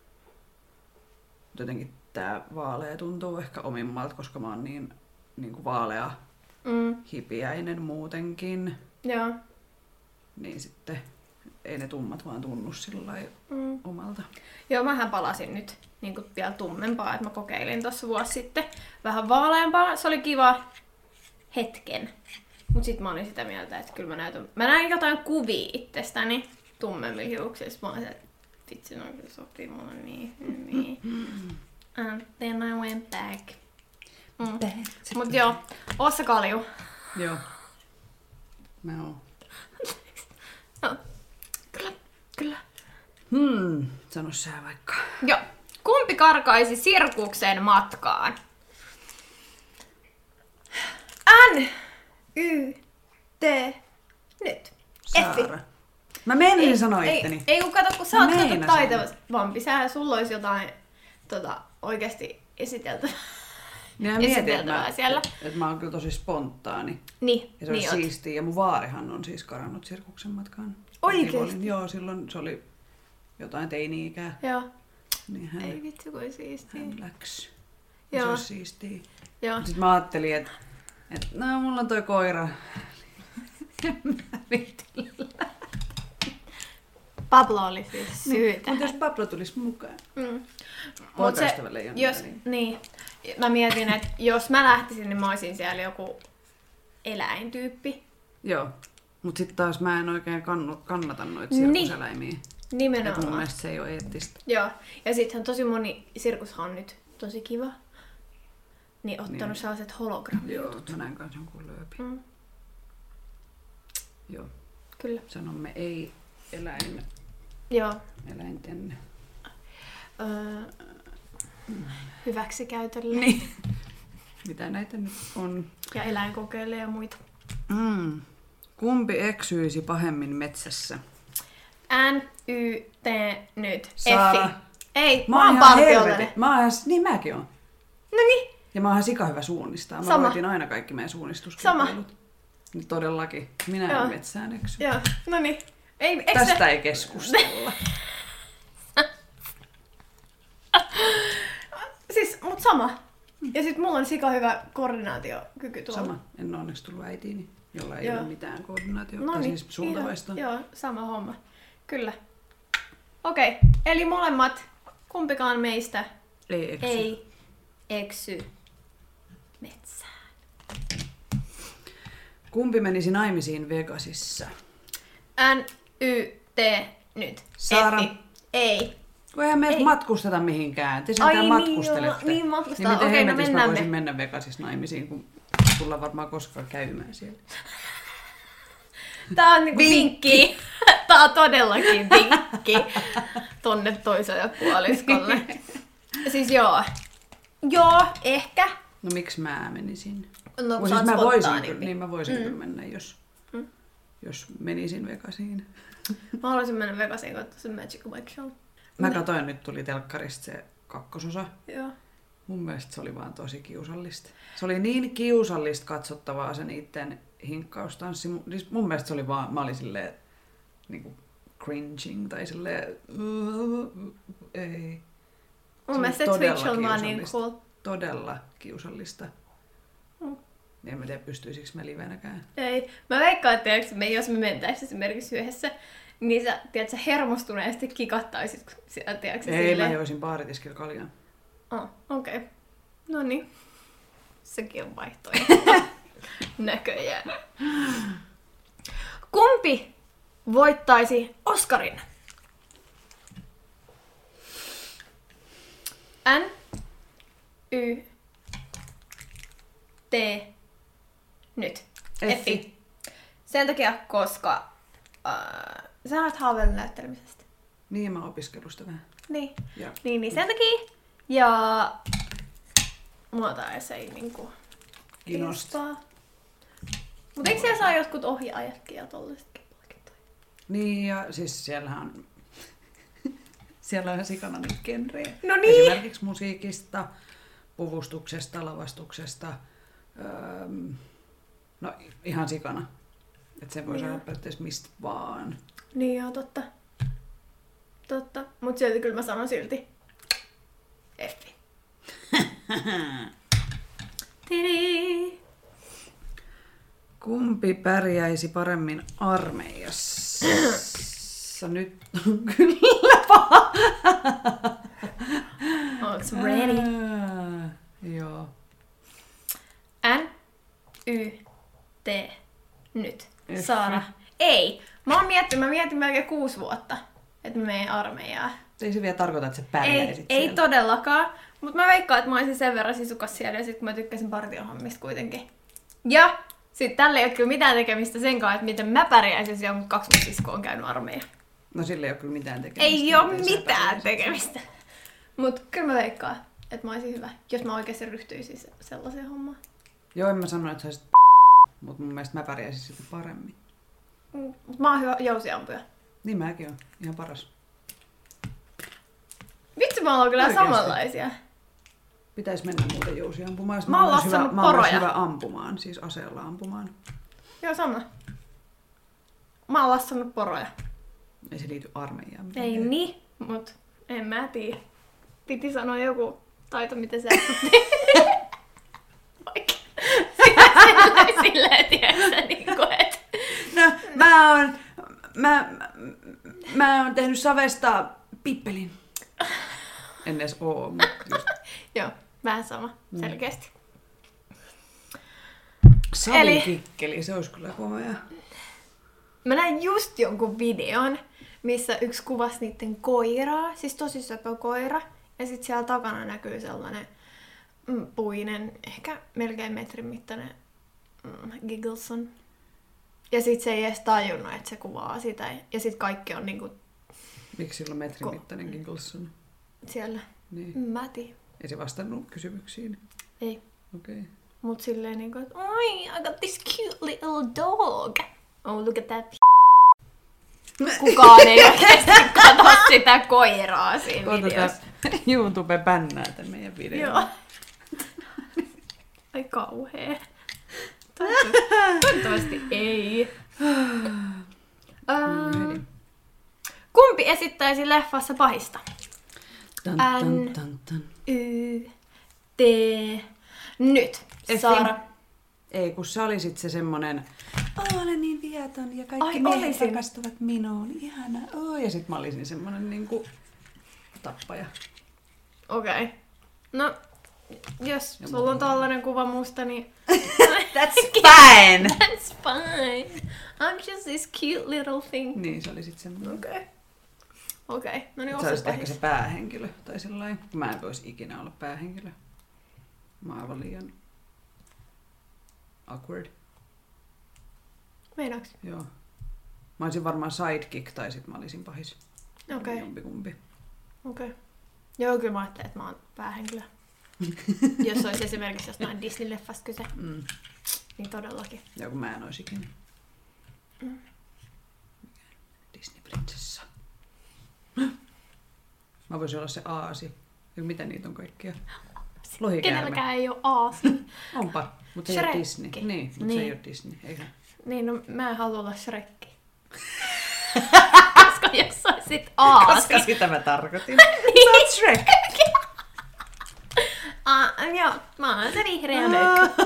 Jotenkin tää vaalea tuntuu ehkä omimmalta, koska mä oon niin, niin kuin vaalea, mm. hipiäinen muutenkin. Joo. Niin sitten ei ne tummat vaan tunnu sillai mm. omalta. Joo, mähän palasin nyt niin kuin vielä tummempaa, että mä kokeilin tuossa vuosi sitten vähän vaaleampaa. Se oli kiva hetken. Mut sit mä olin sitä mieltä, että kyllä mä näytän... Mä näin jotain kuvia itsestäni tummemmin hiuksissa. Mä olin se, että vitsi, no kyllä sopii mulle niin hyvin. And then I went back. Mm. Mut joo, Ossa Kalju. Joo. Mä oon. No, kyllä, kyllä. Hmm, sano sä vaikka. Joo. Kumpi karkaisi sirkukseen matkaan? N, Y, T, nyt. Effi. Mä menin sanoa itteni. Ei, ei kun kato, kun sä oot kato taitavampi. Sä, sulla olisi jotain tota, oikeesti esiteltävää. Niin mietin, että mä, siellä. Et, et mä oon kyllä tosi spontaani. Niin, ja se niin olisi siistiä. Ja mun vaarihan on siis karannut sirkuksen matkaan. Oikeesti? Joo, silloin se oli jotain teini-ikää. Joo. Niin hän, ei vitsi, kuin siistiä. Hän läks. Joo. Se olisi siistiä. Joo. Sitten mä ajattelin, että et, no mulla on toi koira. Pablo oli siis syy Mutta jos Pablo tulisi mukaan. Mm. Poikaystävälle ei jos, niin. Mä mietin, että jos mä lähtisin, niin mä olisin siellä joku eläintyyppi. Joo. Mut sit taas mä en oikein kannu, kannata noita sirkuseläimiä. Nimenomaan. Et mun mielestä se ei ole eettistä. Joo. Ja sittenhän tosi moni sirkushan on nyt tosi kiva. Niin ottanut niin. sellaiset hologrammit. Joo, mä näen kans jonkun lööpi. Mm. Joo. Kyllä. Sanomme ei eläin. Joo. Eläinten. Öö, hyväksikäytölle. Niin. Mitä näitä nyt on? Ja eläinkokeille ja muita. Mm. Kumpi eksyisi pahemmin metsässä? N, Y, T, nyt. Saara. Effi. Ei, mä, mä oon partiollinen. Mä oon ihan, niin mäkin oon. No niin. Ja mä oon ihan sika hyvä suunnistaa. Mä Sama. voitin aina kaikki meidän suunnistuskilpailut. Sama. Niin todellakin. Minä Joo. en metsään eksy. Joo, no niin. Ei, Tästä se... ei keskustella. Mut sama. Ja sit mulla on sika hyvä koordinaatiokyky tuolla. Sama. En ole onneksi tullut äitiini, jolla ei Joo. ole mitään koordinaatiota. No Tai niin, siis suuntavaista. Joo, sama homma. Kyllä. Okei, okay. Eli molemmat, kumpikaan meistä Ei eksy. ei eksy metsään. Kumpi menisi naimisiin Vegasissa? N, Y, T, nyt. Saara. Effi. Ei. Kun eihän me edes Ei. matkusteta mihinkään. Te Ai sentään niin, matkustelette. joo, niin matkustaa. Niin miten Okei, no hemmetissä mä mennään voisin me. mennä Vegasissa naimisiin, kun tulla varmaan koskaan käymään siellä. Tää on niinku Vinkki. vinkki. Tää on todellakin vinkki tonne toiselle puoliskolle. Siis joo. Joo, ehkä. No miksi mä menisin? No kun Mut sä siis oot mä voisin, spontaanimpi. kyllä, niin mä voisin Mm. kyllä mennä, jos, Mm. jos menisin Vegasiin. Mä haluaisin mennä Vegasiin katsoa sen Magic Mike Show. Mä Niin. katsoin, nyt tuli telkkarista se kakkososa. Joo. Mun mielestä se oli vaan tosi kiusallista. Se oli niin kiusallista katsottavaa se niitten hinkkaustanssi. Mu- Siis mun mielestä se oli vaan, mä olin silleen niinku cringing tai silleen ei. Mun Se mielestä oli Twitch todella on vaan niin kiusallista. cool. Todella kiusallista. Mm. En mä tiedä, pystyisikö mä livenäkään. Ei. Mä veikkaan, että tiedätkö, me, jos me mentäis esimerkiksi yhdessä, niin sä, tiedätkö, hermostuneesti kikattaisit, kun siellä, tiedätkö, Ei, silleen... mä joisin baaritiskillä kaljaa. Oh, okei. Okay. No niin. Sekin on vaihtoehto. Näköjään. Kumpi voittaisi Oscarin? N, Y, T, nyt. Effi. Sen takia, koska äh, sä olet haaveillut näyttelemisestä. Niin, mä opiskelusta vähän. Niin. Ja. Niin, niin sen takia. Ja mua taas ei niinku Kiinnostaa. kiinnostaa. Mut eikö siellä saa jotkut ohjaajatkin ja tollasetkin palkintoja? Niin, ja siis siellähän on, siellä on ihan sikana niitä genrejä. No niin. Esimerkiksi musiikista, puvustuksesta, lavastuksesta. Öö, no ihan sikana. Että se voi Joo. saada periaatteessa mistä vaan. Niin joo, totta. Totta. Mut silti kyllä mä sanon silti Effi. Tiri. Kumpi pärjäisi paremmin armeijassa? Nyt on kyllä paha. Onks ready? Ää, joo. N, Y, T, nyt. Effi. Saara. Ei. Mä oon miettinyt, mä mietin melkein kuusi vuotta, että mä menen armeijaan. Ei se vielä tarkoita, että sä Ei, pärjäisit ei siellä. todellakaan. Mutta mä veikkaan, että mä olisin sen verran sisukas siellä ja sit kun mä tykkäsin partiohommista kuitenkin. Ja sit tällä ei ole kyllä mitään tekemistä sen kanssa, että miten mä pärjäisin siellä, kun kaksi mun siskoa on käynyt armeija. No sillä ei ole kyllä mitään tekemistä. Ei oo miten sä mitään pärjäisit. tekemistä. Mut kyllä mä veikkaan, että mä olisin hyvä, jos mä oikeasti ryhtyisin se- sellaiseen hommaan. Joo, en mä sano, että sä olisit mutta mun mielestä mä pärjäisin sitten paremmin. Mm, Mut mä oon hyvä jousiampuja. Niin mäkin oon. Ihan paras. Vitsi, mä ollaan kyllä Oikeesti. samanlaisia. Pitäis mennä muuten jousia ampumaan. Mä oon oon myös hyvä, lassannut mä oon myös poroja. hyvä ampumaan, siis aseella ampumaan. Joo, sama. Mä oon lassannut poroja. Ei se liity armeijaan. Ei mitenkään. niin, mut en mä tiedä. Piti sanoa joku taito, mitä sä Oikein. Silleen, silleen, tiedätkö, niinku, et... No, mä oon, mä, mä, mä oon tehnyt savesta pippelin. En edes oo, mutta just. Joo, vähän sama, selkeästi. Savikikkeli, se olisi kyllä komea. Mä näin just jonkun videon, missä yksi kuvasi niitten koiraa, siis tosi söpö koira. Ja sit siellä takana näkyy sellainen mm, puinen, ehkä melkein metrin mittainen mm, Giggleson. Ja sit se ei edes tajunnut, että se kuvaa sitä. Ja sit kaikki on niinku Miksi sillä on metrin Ko- mittainen Giggleson? siellä. Niin. Mm, Mä tiedän. Ei se vastannut kysymyksiin. Ei. Okei. Mut silleen niinku, että oi, I got this cute little dog. Oh, look at that. Kukaan ei oikeesti katso sitä koiraa siinä Okay. videossa. YouTube bännää tämän meidän videon. Joo. Ai kauhea. Toivottavasti, toivottavasti ei. Ähm, kumpi esittäisi leffassa pahista? Tan, N. tan, tan, tan. Y, Nyt. Effi. Saara. Ei, kun sä olisit se semmonen, oh, olen niin viaton ja kaikki Ai, miehet olisin. rakastuvat minuun, ihana. Oh, ja sit mä olisin semmonen niinku tappaja. Okei. Okay. No, jos sulla on tollanen kuva musta, niin... That's fine! That's fine. I'm just this cute little thing. Niin, se oli sit semmonen. Okei. Okay. Okei, okay. No niin, Sä olisit ehkä se päähenkilö, tai sellainen. Mä en vois ikinä olla päähenkilö. Mä oon aivan liian awkward. Meinaaks? Joo. Mä olisin varmaan sidekick, tai sit mä olisin pahis. Okei. Okay. Jompikumpi. Okei. Okay. Joo, kyllä mä ajattelin, että mä oon päähenkilö. Jos olisi esimerkiksi jostain Disney-leffasta kyse, Mm. niin todellakin. Joo, kun mä en ois ikinä. Mm. Disney-prinsessa. Mä voisin olla se aasi. Ja mitä niitä on kaikkia? Lohikäärme. Kenelläkään ei oo aasi. Onpa, mutta se ei ole Shrekki. Disney. Niin, mutta Niin. se ei ole Disney. Eikä. Niin, no mä en halua olla Shrekki. Koska jos olisit aasi. Koska sitä mä tarkoitin. Sä oot Shrek. Ah, joo, mä oon se vihreä mökkö.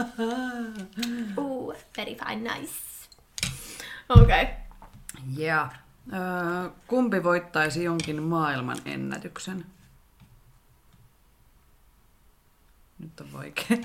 Ooh, very fine, nice. Okei. Okay. Ja öö, kumpi voittaisi jonkin maailman ennätyksen? Nyt on vaikea.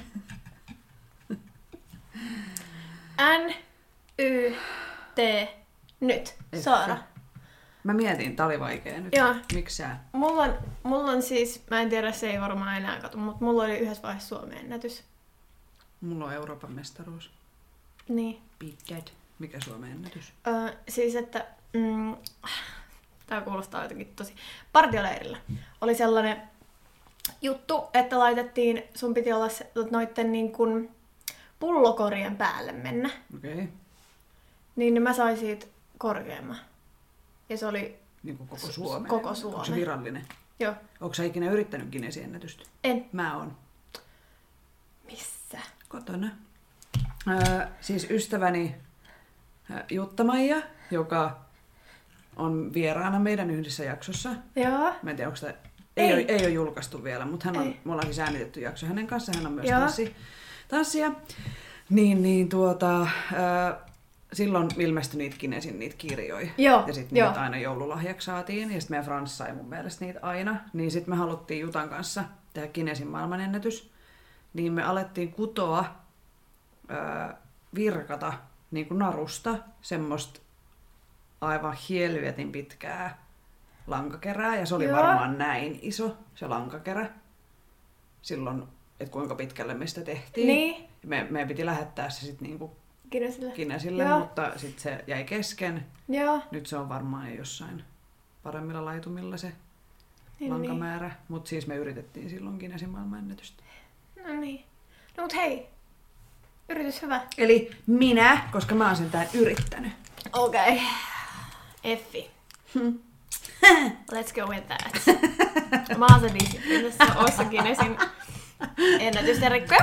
N, Y, T, nyt. Saara. Mä mietin, tää oli vaikea nyt. Joo. Miksi sä? Mulla on, mulla on siis, mä en tiedä, se ei varmaan enää katu, mutta mulla oli yhdessä vaiheessa Suomen ennätys. Mulla on Euroopan mestaruus. Niin. Big Dad. Mikä Suomen ennätys? Öö, siis, että... Mm, tää kuulostaa jotenkin tosi... Partioleirillä oli sellainen juttu, että laitettiin, sun piti olla se, noitten niin kuin pullokorien päälle mennä. Okei. Okay. Niin mä sain siitä korkeamman. Ja se oli... Niin kuin koko Suomen. Koko Suomen. Onko se virallinen? Joo. Onko sä ikinä yrittänyt Guinnessin-ennätystä? En. Mä oon. Missä? Kotona. Öö, siis ystäväni Jutta-Maija, joka on vieraana meidän yhdessä jaksossa. Joo. Mä en tiedä, onko sitä... Ei, ei. Ole, ei ole julkaistu vielä, mutta hän on, Ei. me ollaan siis äänitetty jakso hänen kanssa. Hän on myös Joo. tanssi, tanssija. Niin, niin tuota... Öö, silloin ilmestyi niitä Guinnessin niitä kirjoja. Joo, Ja sitten joo. niitä aina joululahjaksi saatiin. Ja sitten meidän Frans sai mun mielestä niitä aina. Niin sitten me haluttiin Jutan kanssa tehdä Guinnessin maailmanennätys. Niin me alettiin kutoa, öö, virkata niin kuin narusta semmoista aivan helvetin pitkää lankakerää. Ja se oli Joo. varmaan näin iso se lankakerä. Silloin, että kuinka pitkälle me sitä tehtiin. Niin. Me, meidän piti lähettää se sitten niinku Guinnessille. Guinnessille, Joo. mutta sitten se jäi kesken. Joo. Nyt se on varmaan jossain paremmilla laitumilla se Niin, lankamäärä. Mutta siis me yritettiin silloin Guinnessin maailmanennätystä. No niin. No mut hei. Yritys hyvä. Eli minä, koska mä oon sentään yrittänyt. Okei. Okay. Effi. Let's go with that. Mä oon se Disney-prinsessa, oissa Guinnessin ennätysterikko.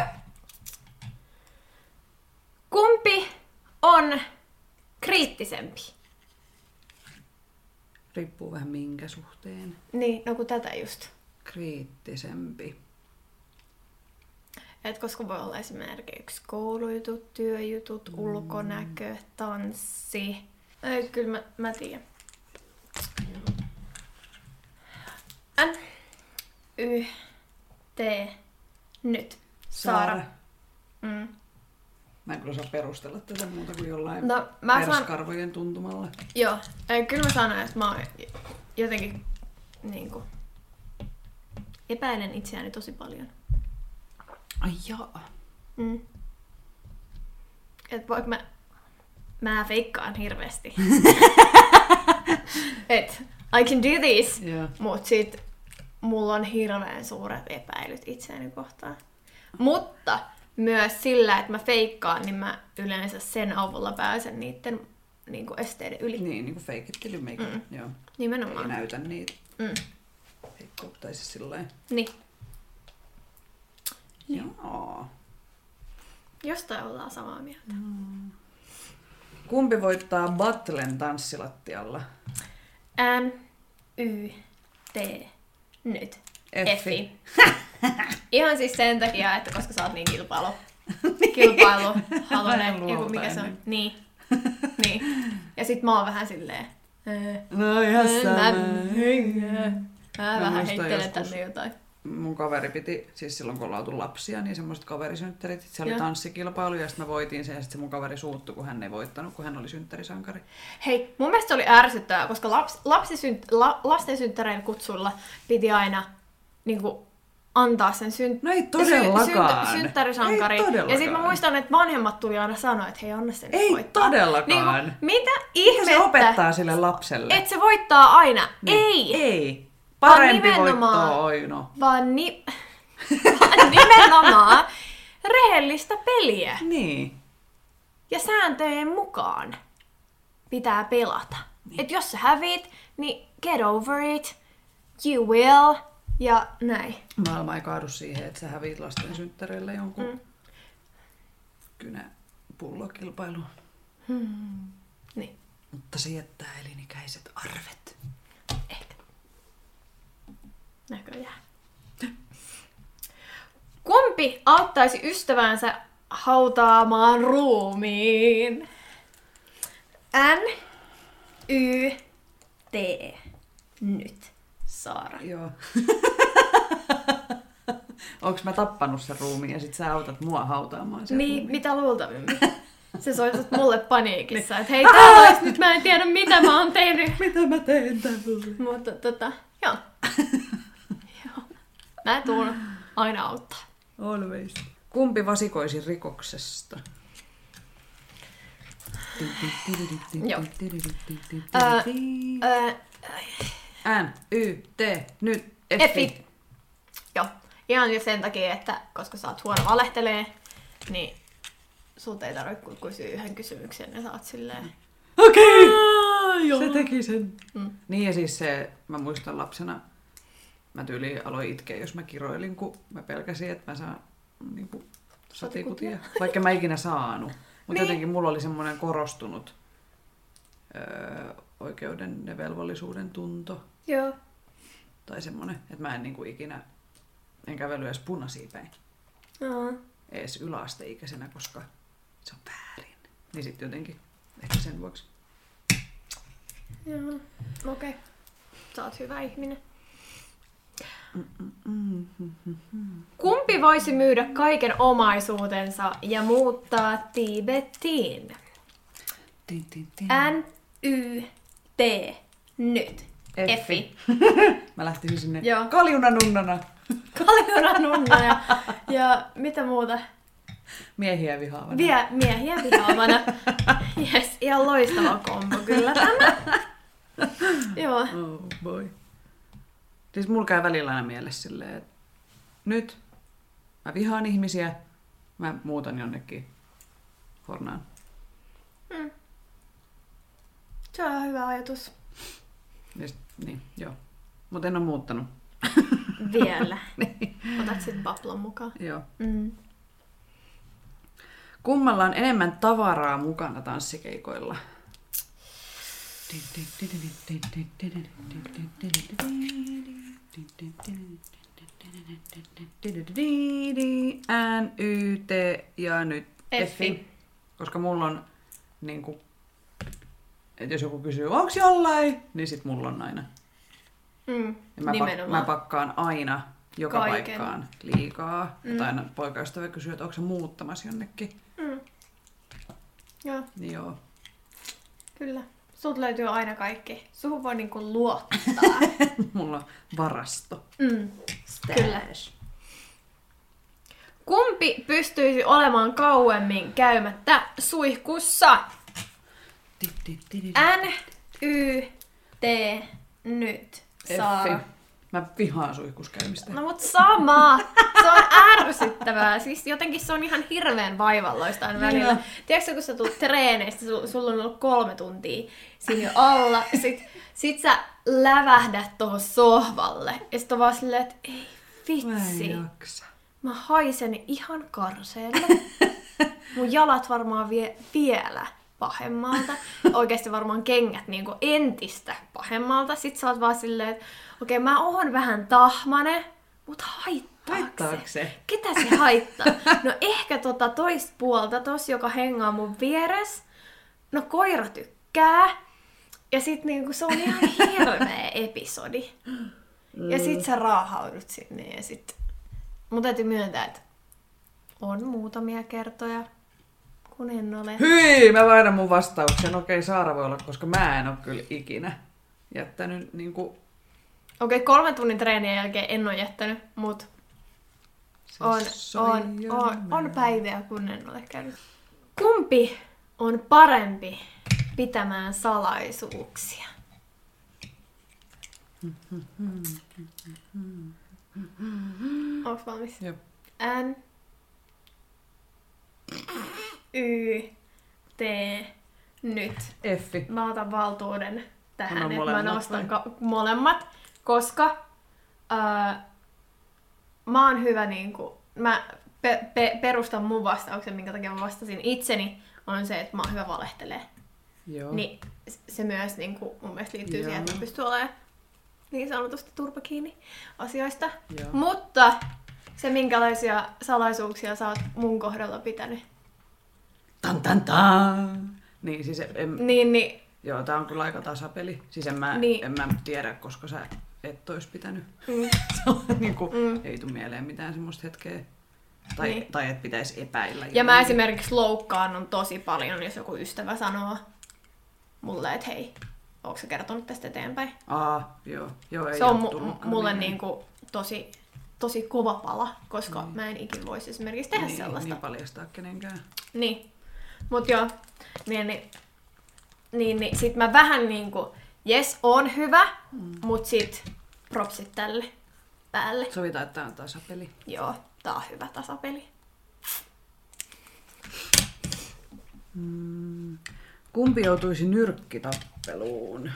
Kumpi on kriittisempi? Riippuu vähän minkä suhteen. Niin, no kun tätä just. Kriittisempi. Et koska voi olla esimerkiksi koulujutut, työjutut, mm. ulkonäkö, tanssi. Ei, kyllä mä, mä tiedän. N, Y, T, nyt. Saara. Saara. Mm. Mä en kyllä osaa perustella tätä muuta kuin jollain No, mä saan... perskarvojen tuntumalla. Joo, ei, kyllä mä sanon, että mä oon jotenkin niinku epäilen itseäni tosi paljon. Ai joo. Mm. Et vaikka mä, mä feikkaan hirveästi. Et I can do this, Joo. mut sit mulla on hirveän suuret epäilyt itseäni kohtaan. Mutta myös sillä, että mä feikkaan, niin mä yleensä sen avulla pääsen niitten niinku esteiden yli. Niin, niin kuin fake it till you make it. Mm. Joo. Ei Nimenomaan. näytä niitä Mm. heikkoutta, tai siis silleen. Niin. Joo. Jostain ollaan samaa mieltä. Mm. Kumpi voittaa battlen tanssilattialla? N, Y, T, nyt. Effi. Effi. Ihan siis sen takia, että koska sä oot niin kilpailu. Kilpailuhalunen. Joku mikä se on. Niin. Niin. Ja sit mä oon vähän silleen. Ää, No ihan sama. Mä, mä vähän muistan heittelen joskus. tänne jotain. Mun kaveri piti, siis silloin kun ollaan oltu lapsia, niin semmoiset kaverisynttärit. Se oli Joo. tanssikilpailu ja sitten mä voitin sen ja sitten se mun kaveri suuttui, kun hän ei voittanut, kun hän oli synttärisankari. Hei, mun mielestä se oli ärsyttävää, koska laps, lapsisynt, la, lasten synttäreillä kutsuilla piti aina niinku, antaa sen synt, No ei todellakaan. Sy, synt, synttärisankari. Ei todellakaan. Ja sitten mä muistan, että vanhemmat tuli aina sanoa, että hei, anna sen Ei voittaa. todellakaan. Niinku, mitä Mitä ihmettä? se opettaa sille lapselle? Et se voittaa aina. Niin. Ei. Ei. Parempi nimenomaan- voittoa, Oino. Vaan, ni, vaan nimenomaan rehellistä peliä. Niin. Ja sääntöjen mukaan pitää pelata. Niin. Et jos sä hävit, niin get over it. You will. Ja näin. Maailma ei kaadu siihen, että sä häviit lasten synttäreille jonkun mm. kynäpullokilpailuun. Hmm. Niin. Mutta se jättää elinikäiset arvet. Ehkä. Näköjään. Kumpi auttaisi ystävänsä hautaamaan ruumiin? N, Y, T. Nyt. Saara. Joo. Onks mä tappanut sen ruumiin ja sit sä autat mua hautaamaan sen Niin, ruumiin? mitä luultavimmin. Se soitat mulle paniikissa, että hei, täällä olisi nyt, mä en tiedä mitä mä oon tehnyt. Mitä mä teen tälle? Mutta tota, joo. joo. Mä tuun aina auttaa. Always. Kumpi vasikoisi rikoksesta? Joo. Ää, ää, N, Y, T, nyt, Effi. F. Joo. Ihan jo sen takia, että koska sä oot huono valehtelee, niin sulta ei tarvitse kuin kysyä yhden kysymyksen ja sä oot silleen... Okei! Okay. Se teki sen. Mm. Niin ja siis se, mä muistan lapsena, mä tyyliin aloin itkeä, jos mä kiroilin, kun mä pelkäsin, että mä saan niinku satikutia. Vaikka mä ikinä saanut. Mutta Niin. jotenkin mulla oli semmoinen korostunut öö, oikeuden ja velvollisuuden tunto. Joo. Tai semmoinen, että mä en niinku ikinä, en kävely edes punaisia päin. Joo. Edes yläasteikäisenä, koska se on väärin. Niin sit jotenkin, ehkä sen vuoksi. Joo. Okei. Okay. Sä oot hyvä ihminen. Kumpi voisi myydä kaiken omaisuutensa ja muuttaa Tiibettiin? Tin, tin, tin. N, Y, T. Nyt. Effi. Mä lähtisin sinne Joo. kaljuna nunnana. Kaljuna nunna ja, ja mitä muuta? Miehiä vihaavana. Vie, miehiä vihaavana. Yes, ihan loistava kombo kyllä tämä. Joo. Oh boy. Siis mulla käy välillä aina mielessä silleen, että nyt mä vihaan ihmisiä, mä muutan jonnekin hornaan. Hmm. Se on hyvä ajatus. Ja sit, niin, joo. Mut en oo muuttanut. Vielä. Niin. Otat sit Paplon mukaan. Joo. Mm. Kummalla on enemmän tavaraa mukana tanssikeikoilla? N, Y, T ja nyt Effi. Koska mulla on niinku, että jos joku kysyy, onks jollain, niin sit mulla on aina. Mm. Ja mä, pak- mä pakkaan aina joka Kaiken. paikkaan liikaa. Mm. Tai aina poikaystävä kysyy, että onko se muuttamassa jonnekin. Mm. Joo, Niin joo. kyllä. Sulta löytyy aina kaikki. Suhun voi niinku luottaa. Mulla on varasto. Mm. Kyllä. Kumpi pystyisi olemaan kauemmin käymättä suihkussa? N, Y, T, nyt. Saara. Effi. Mä vihaan suihkuskäymistä. No mut sama! Se on ärsyttävää. Siis jotenkin se on ihan hirveän vaivalloista aina välillä. Joo. Tiedätkö, kun sä tulet treeneistä, sul, sulla on ollut kolme tuntia siinä jo alla. Sit, sit sä lävähdät tuohon sohvalle. Ja sit on vaan silleen, että ei vitsi. Mä en jaksa. Mä haisen ihan karseelle. Mun jalat varmaan vie vielä pahemmalta. Oikeasti varmaan kengät niinku entistä pahemmalta. Sit sä oot vaan silleen, että okei, okay, mä oon vähän tahmane, mut haittaa Haittaako se? Ketä se haittaa? No ehkä tota toista puolta, tos joka hengaa mun vieressä. No koira tykkää. Ja sit niinku se on ihan hirveä episodi. Mm. Ja sit sä raahaudut sinne ja sit... Mun täytyy myöntää, että on muutamia kertoja, kun en ole. Hyi, mä vaihdan mun vastauksen. Okei, Saara voi olla, koska mä en oo kyllä ikinä jättänyt niinku... Okei, kolmen tunnin treenien jälkeen en oo jättänyt, mut on, on, on, on päiviä, kun en ole käynyt. Kumpi on parempi pitämään salaisuuksia? Onko valmis? Jop. N, Y, T, nyt. Effi. Mä otan valtuuden tähän, Anna että mä molemmat nostan vai? ka- molemmat, koska ää, mä oon hyvä niinku, mä pe- pe- perustan mun vastauksen, minkä takia mä vastasin itseni, on se, että mä oon hyvä valehtelee. Joo. Niin se myös niinku, mun mielestä liittyy Joo. siihen, että mä pystyn olemaan niin sanotusti turpa kiinni asioista. Joo. Mutta se, minkälaisia salaisuuksia sä oot mun kohdalla pitänyt. Tan tan tan. Niin, siis en, Niin, niin, joo, tää on kyllä aika tasapeli. Siis en mä, Niin. en mä tiedä, koska sä et ois pitänyt. mm, Se on niinku, Mm. ei tuu mieleen mitään semmoista hetkeä. Tai, Niin. tai et pitäisi epäillä. ja mä jotenkin. esimerkiksi loukkaannun tosi paljon, jos joku ystävä sanoo mulle, että hei, ootko sä kertonut tästä eteenpäin? Aa, joo. joo ei Se on oo mu- tullut kyllä mulle mieleen. niinku tosi, tosi kova pala, koska Niin. mä en ikin voisi esimerkiksi tehdä niin, sellaista. Niin paljastaa kenenkään. Niin. Mut joo, niin, niin, niin, niin sit mä vähän niinku, jes, on hyvä, mm. mut sit propsit tälle päälle. Sovitaan, että tää on tasapeli. Joo, tää on hyvä tasapeli. Mm. Kumpi joutuisi nyrkkitappeluun?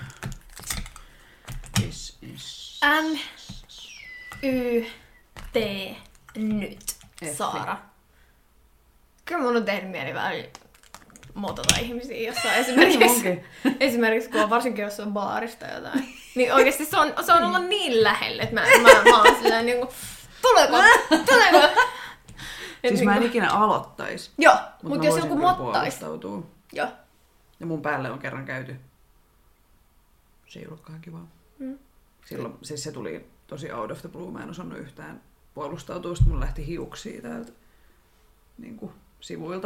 This is... N, Y, T, nyt, Effi. Saara. Kyllä mun on tehnyt mieli vähän motota ihmisiä jossain esimerkiksi. Onkin. Esimerkiksi kun on varsinkin jos on baarista jotain. Niin oikeesti se on, se on ollut niin lähellä, että mä, mä, mä oon silleen niinku, tuleeko, tuleeko? Et Siis mä en niinku- ikinä aloittais. Joo, Mut mut mä jos voisin joku kyllä mottais. puolustautua. Joo. Ja mun päälle on kerran käyty. Se ei ollutkaan kivaa. Mm. Silloin, siis se tuli tosi out of the blue. Mä en osannut yhtään puolustautua. Sitten mun lähti hiuksia täältä niin kuin sivuilta.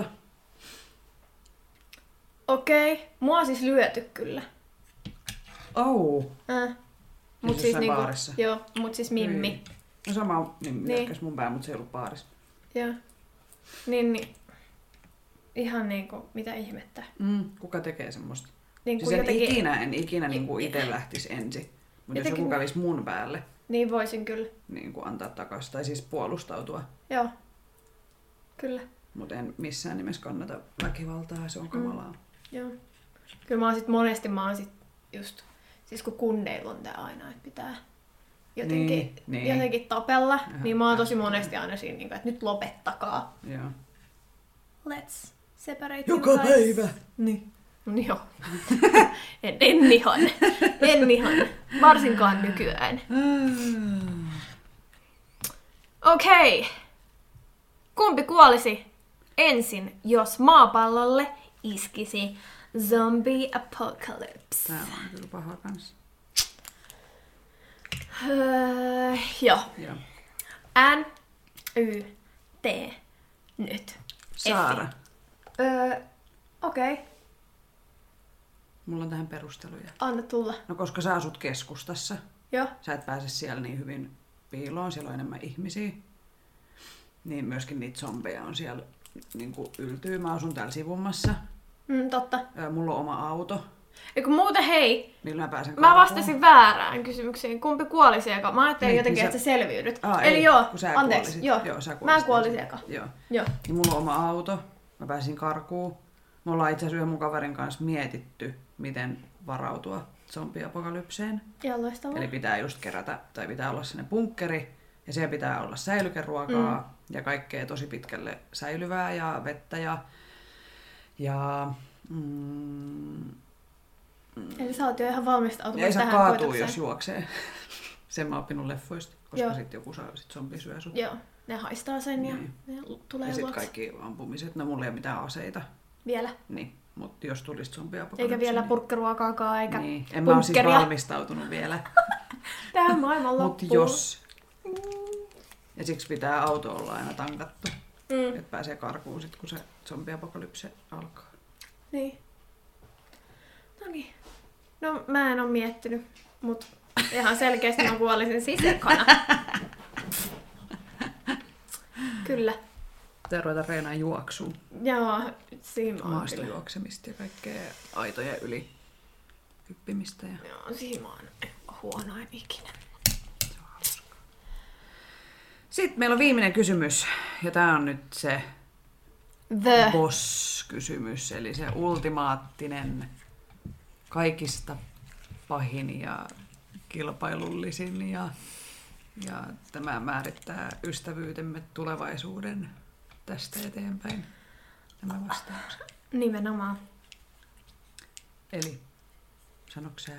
Okei, mua on siis lyöty kyllä. Oh. Äh. Mut Siis siis jossain niinku, baarissa? joo, mut siis Mimmi. Niin. No sama niin Niin. niin. mun pää, mutta se ei ollut baarissa. Joo. Niin, niin. Ihan niinku, mitä ihmettä. Mm, kuka tekee semmoista? Niin Siis kuin en jotenkin, ikinä, en ikinä niin kuin itse lähtisi ensin. Mutta jos Jotenkin- joku kävisi mun päälle, niin voisin kyllä. niin kuin antaa takaisin. Tai siis puolustautua. Joo. Kyllä. Mutta en missään nimessä kannata väkivaltaa, se on kamalaa. Joo. Kyllä mä oon sit monesti, mä oon sit just, siis kun kundeilla on tää aina, että pitää jotenkin, Niin, niin. jotenkin tapella, Ihan niin mä oon tosi älytöntä. monesti aina siinä, niinku, että nyt lopettakaa. Joo. Let's separate Joka you guys. päivä! Niin. No joo. en, en ihan. En ihan. Varsinkaan nykyään. Mm. Okei. Okay. Kumpi kuolisi ensin, jos maapallolle iskisi zombie apocalypse? Tää on kyllä paha kanssa. Öö, joo. Joo. N, Y, T, nyt. Saara, Öö, okei. Okay. mulla on tähän perusteluja. Anna tulla. No koska sä asut keskustassa, Joo. sä et pääse siellä niin hyvin piiloon, siellä on enemmän ihmisiä. Niin myöskin niitä zombeja on siellä niin kuin yltyy. Mä asun täällä sivummassa. Mm, totta. Ää, Mulla on oma auto, Eiku muuten hei, millä mä pääsen mä karkuun. vastasin väärään kysymykseen. Kumpi kuolisi eka? Mä ajattelin Niin, jotenkin, niin että sä- sä selviydyt. Aa, Eli ei, joo, kun sä anteeksi. kuolisit. Joo. Joo, sä Mä kuolisit kuolisin ensin. eka. Joo. Joo. Niin mulla on oma auto, mä pääsin karkuun. Me ollaan itse asiassa yhden mun kaverin kanssa mietitty, miten varautua zombiapokalypseen. Ja loistavaa. Eli pitää just kerätä, tai pitää olla sinne bunkkeri, ja siellä pitää olla säilykeruokaa, mm. ja kaikkea tosi pitkälle säilyvää, ja vettä, ja... ja mm, Eli sä oot jo ihan valmistautunut ei saa tähän kaatua, koetukseen. jos juoksee. Sen mä oon oppinut leffoista, koska sitten joku saa, sit zombi syö sut. Joo, ne haistaa sen niin. ja ne tulee Ja sitten luokse. kaikki ampumiset, no mulla ei ole mitään aseita. Vielä. Niin, mutta jos tulisi zombiapokalypsi. Eikä vielä niin... purkkiruokaakaan, eikä niin. En mä ole siis valmistautunut vielä. Tähän maailman loppuun. Mutta jos. Ja siksi pitää auto olla aina tankattu. Mm. Että pääsee karkuun sit, kun se zombiapokalypse alkaa. Niin. No niin. No mä en oo miettinyt, mut ihan selkeästi mä kuolisin sisikana. Kyllä. Pitää ruveta reenaan juoksuun. Joo, siinä on maastojuoksemista ja kaikkea aitojen yli hyppimistä. Ja... Joo, siinä on huonoin ikinä. Sitten meillä on viimeinen kysymys, ja tää on nyt se The boss-kysymys, eli se ultimaattinen, kaikista pahin ja kilpailullisin, ja, ja tämä määrittää ystävyytemme tulevaisuuden tästä eteenpäin, nämä vastaukset. Nimenomaan. Eli, sanoiko sä?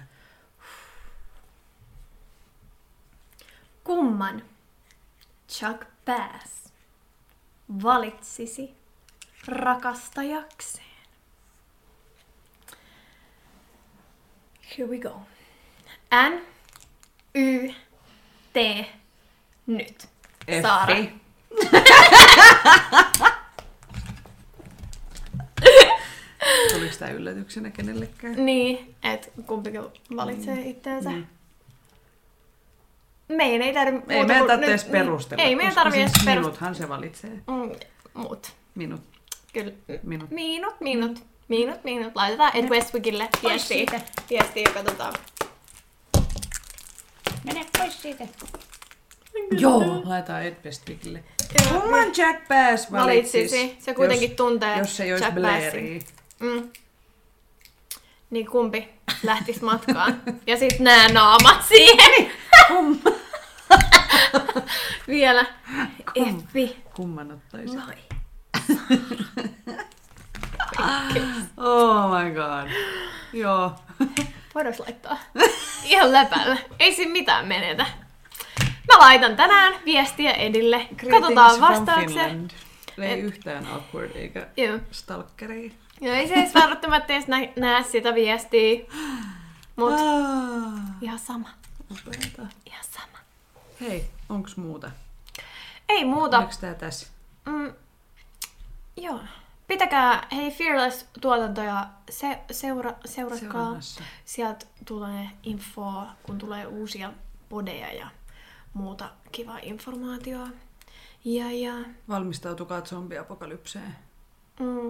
Kumman Chuck Bass valitsisi rakastajakseen? Here we go. N, Y, T, nyt. Saara. Tuliko tää yllätyksenä kenellekään? Niin, että kumpikin valitsee mm. itteensä. Mm. Meidän ei tarvitse... Ei meidän tarvitse edes perustella. Ei meidän tarvitse edes perustella. Minuthan se valitsee. Mm, mut. Minut. Kyllä. Minut. Minut, minut. Minut, minut. Laitetaan Ed Westwickille viestiä, viestiä joka tota... Mene pois siitä. Joo, laitetaan Ed Westwickille. Kumman Jack Bass valitsisi? Se kuitenkin jos, tuntee jos se ei olisi Jack Blairia. Mm. Niin kumpi lähtisi matkaan? Ja sit nää naamat siihen. Kumman? Vielä. Kum, Effi. kumman ottaisi? Moi. Oh my god. Joo. Voidaan laittaa. Ihan läpällä. Ei siinä mitään menetä. Mä laitan tänään viestiä Edille. Katsotaan vastauksen. Ei Et... yhtään awkward eikä Joo. stalkeria. Joo, ei se edes välttämättä edes nä- näe sitä viestiä. Mut Ah, ihan sama. upeeta. Ihan sama. Hei, onks muuta? Ei muuta. Oliko tää tässä? Mm, joo. Pitäkää, hei Fearless-tuotantoja se, seura, seuratkaa. Seurannassa. Sieltä tulee infoa, kun tulee uusia podeja ja muuta kivaa informaatiota. Ja, ja... Valmistautukaa zombiapokalypseen. Mm.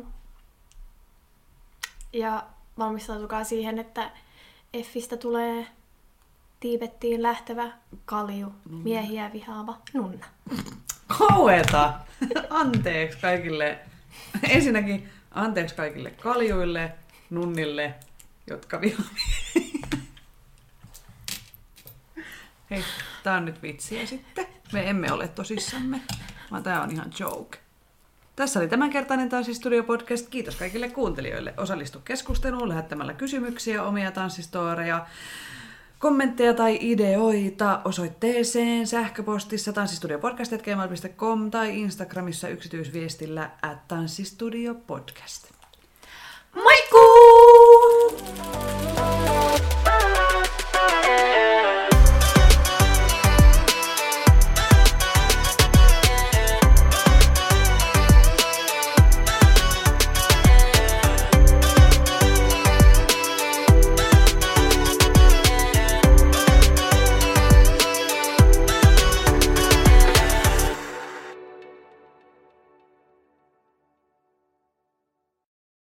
Ja valmistautukaa siihen, että Effistä tulee Tiibettiin lähtevä kalju, mm. miehiä vihaava nunna. Kaueta! Anteeksi kaikille. Ensinnäkin anteeksi kaikille kaljuille, nunnille, jotka vihaavat. Hei, tää on nyt vitsiä sitten. Me emme ole tosissamme, vaan tää on ihan joke. Tässä oli tämänkertainen Tanssistudio-podcast. Kiitos kaikille kuuntelijoille. Osallistu keskusteluun lähettämällä kysymyksiä, omia tanssistoreja, kommentteja tai ideoita osoitteeseen sähköpostissa tanssistudiopodcast piste gmail piste com tai Instagramissa yksityisviestillä at tanssistudiopodcast.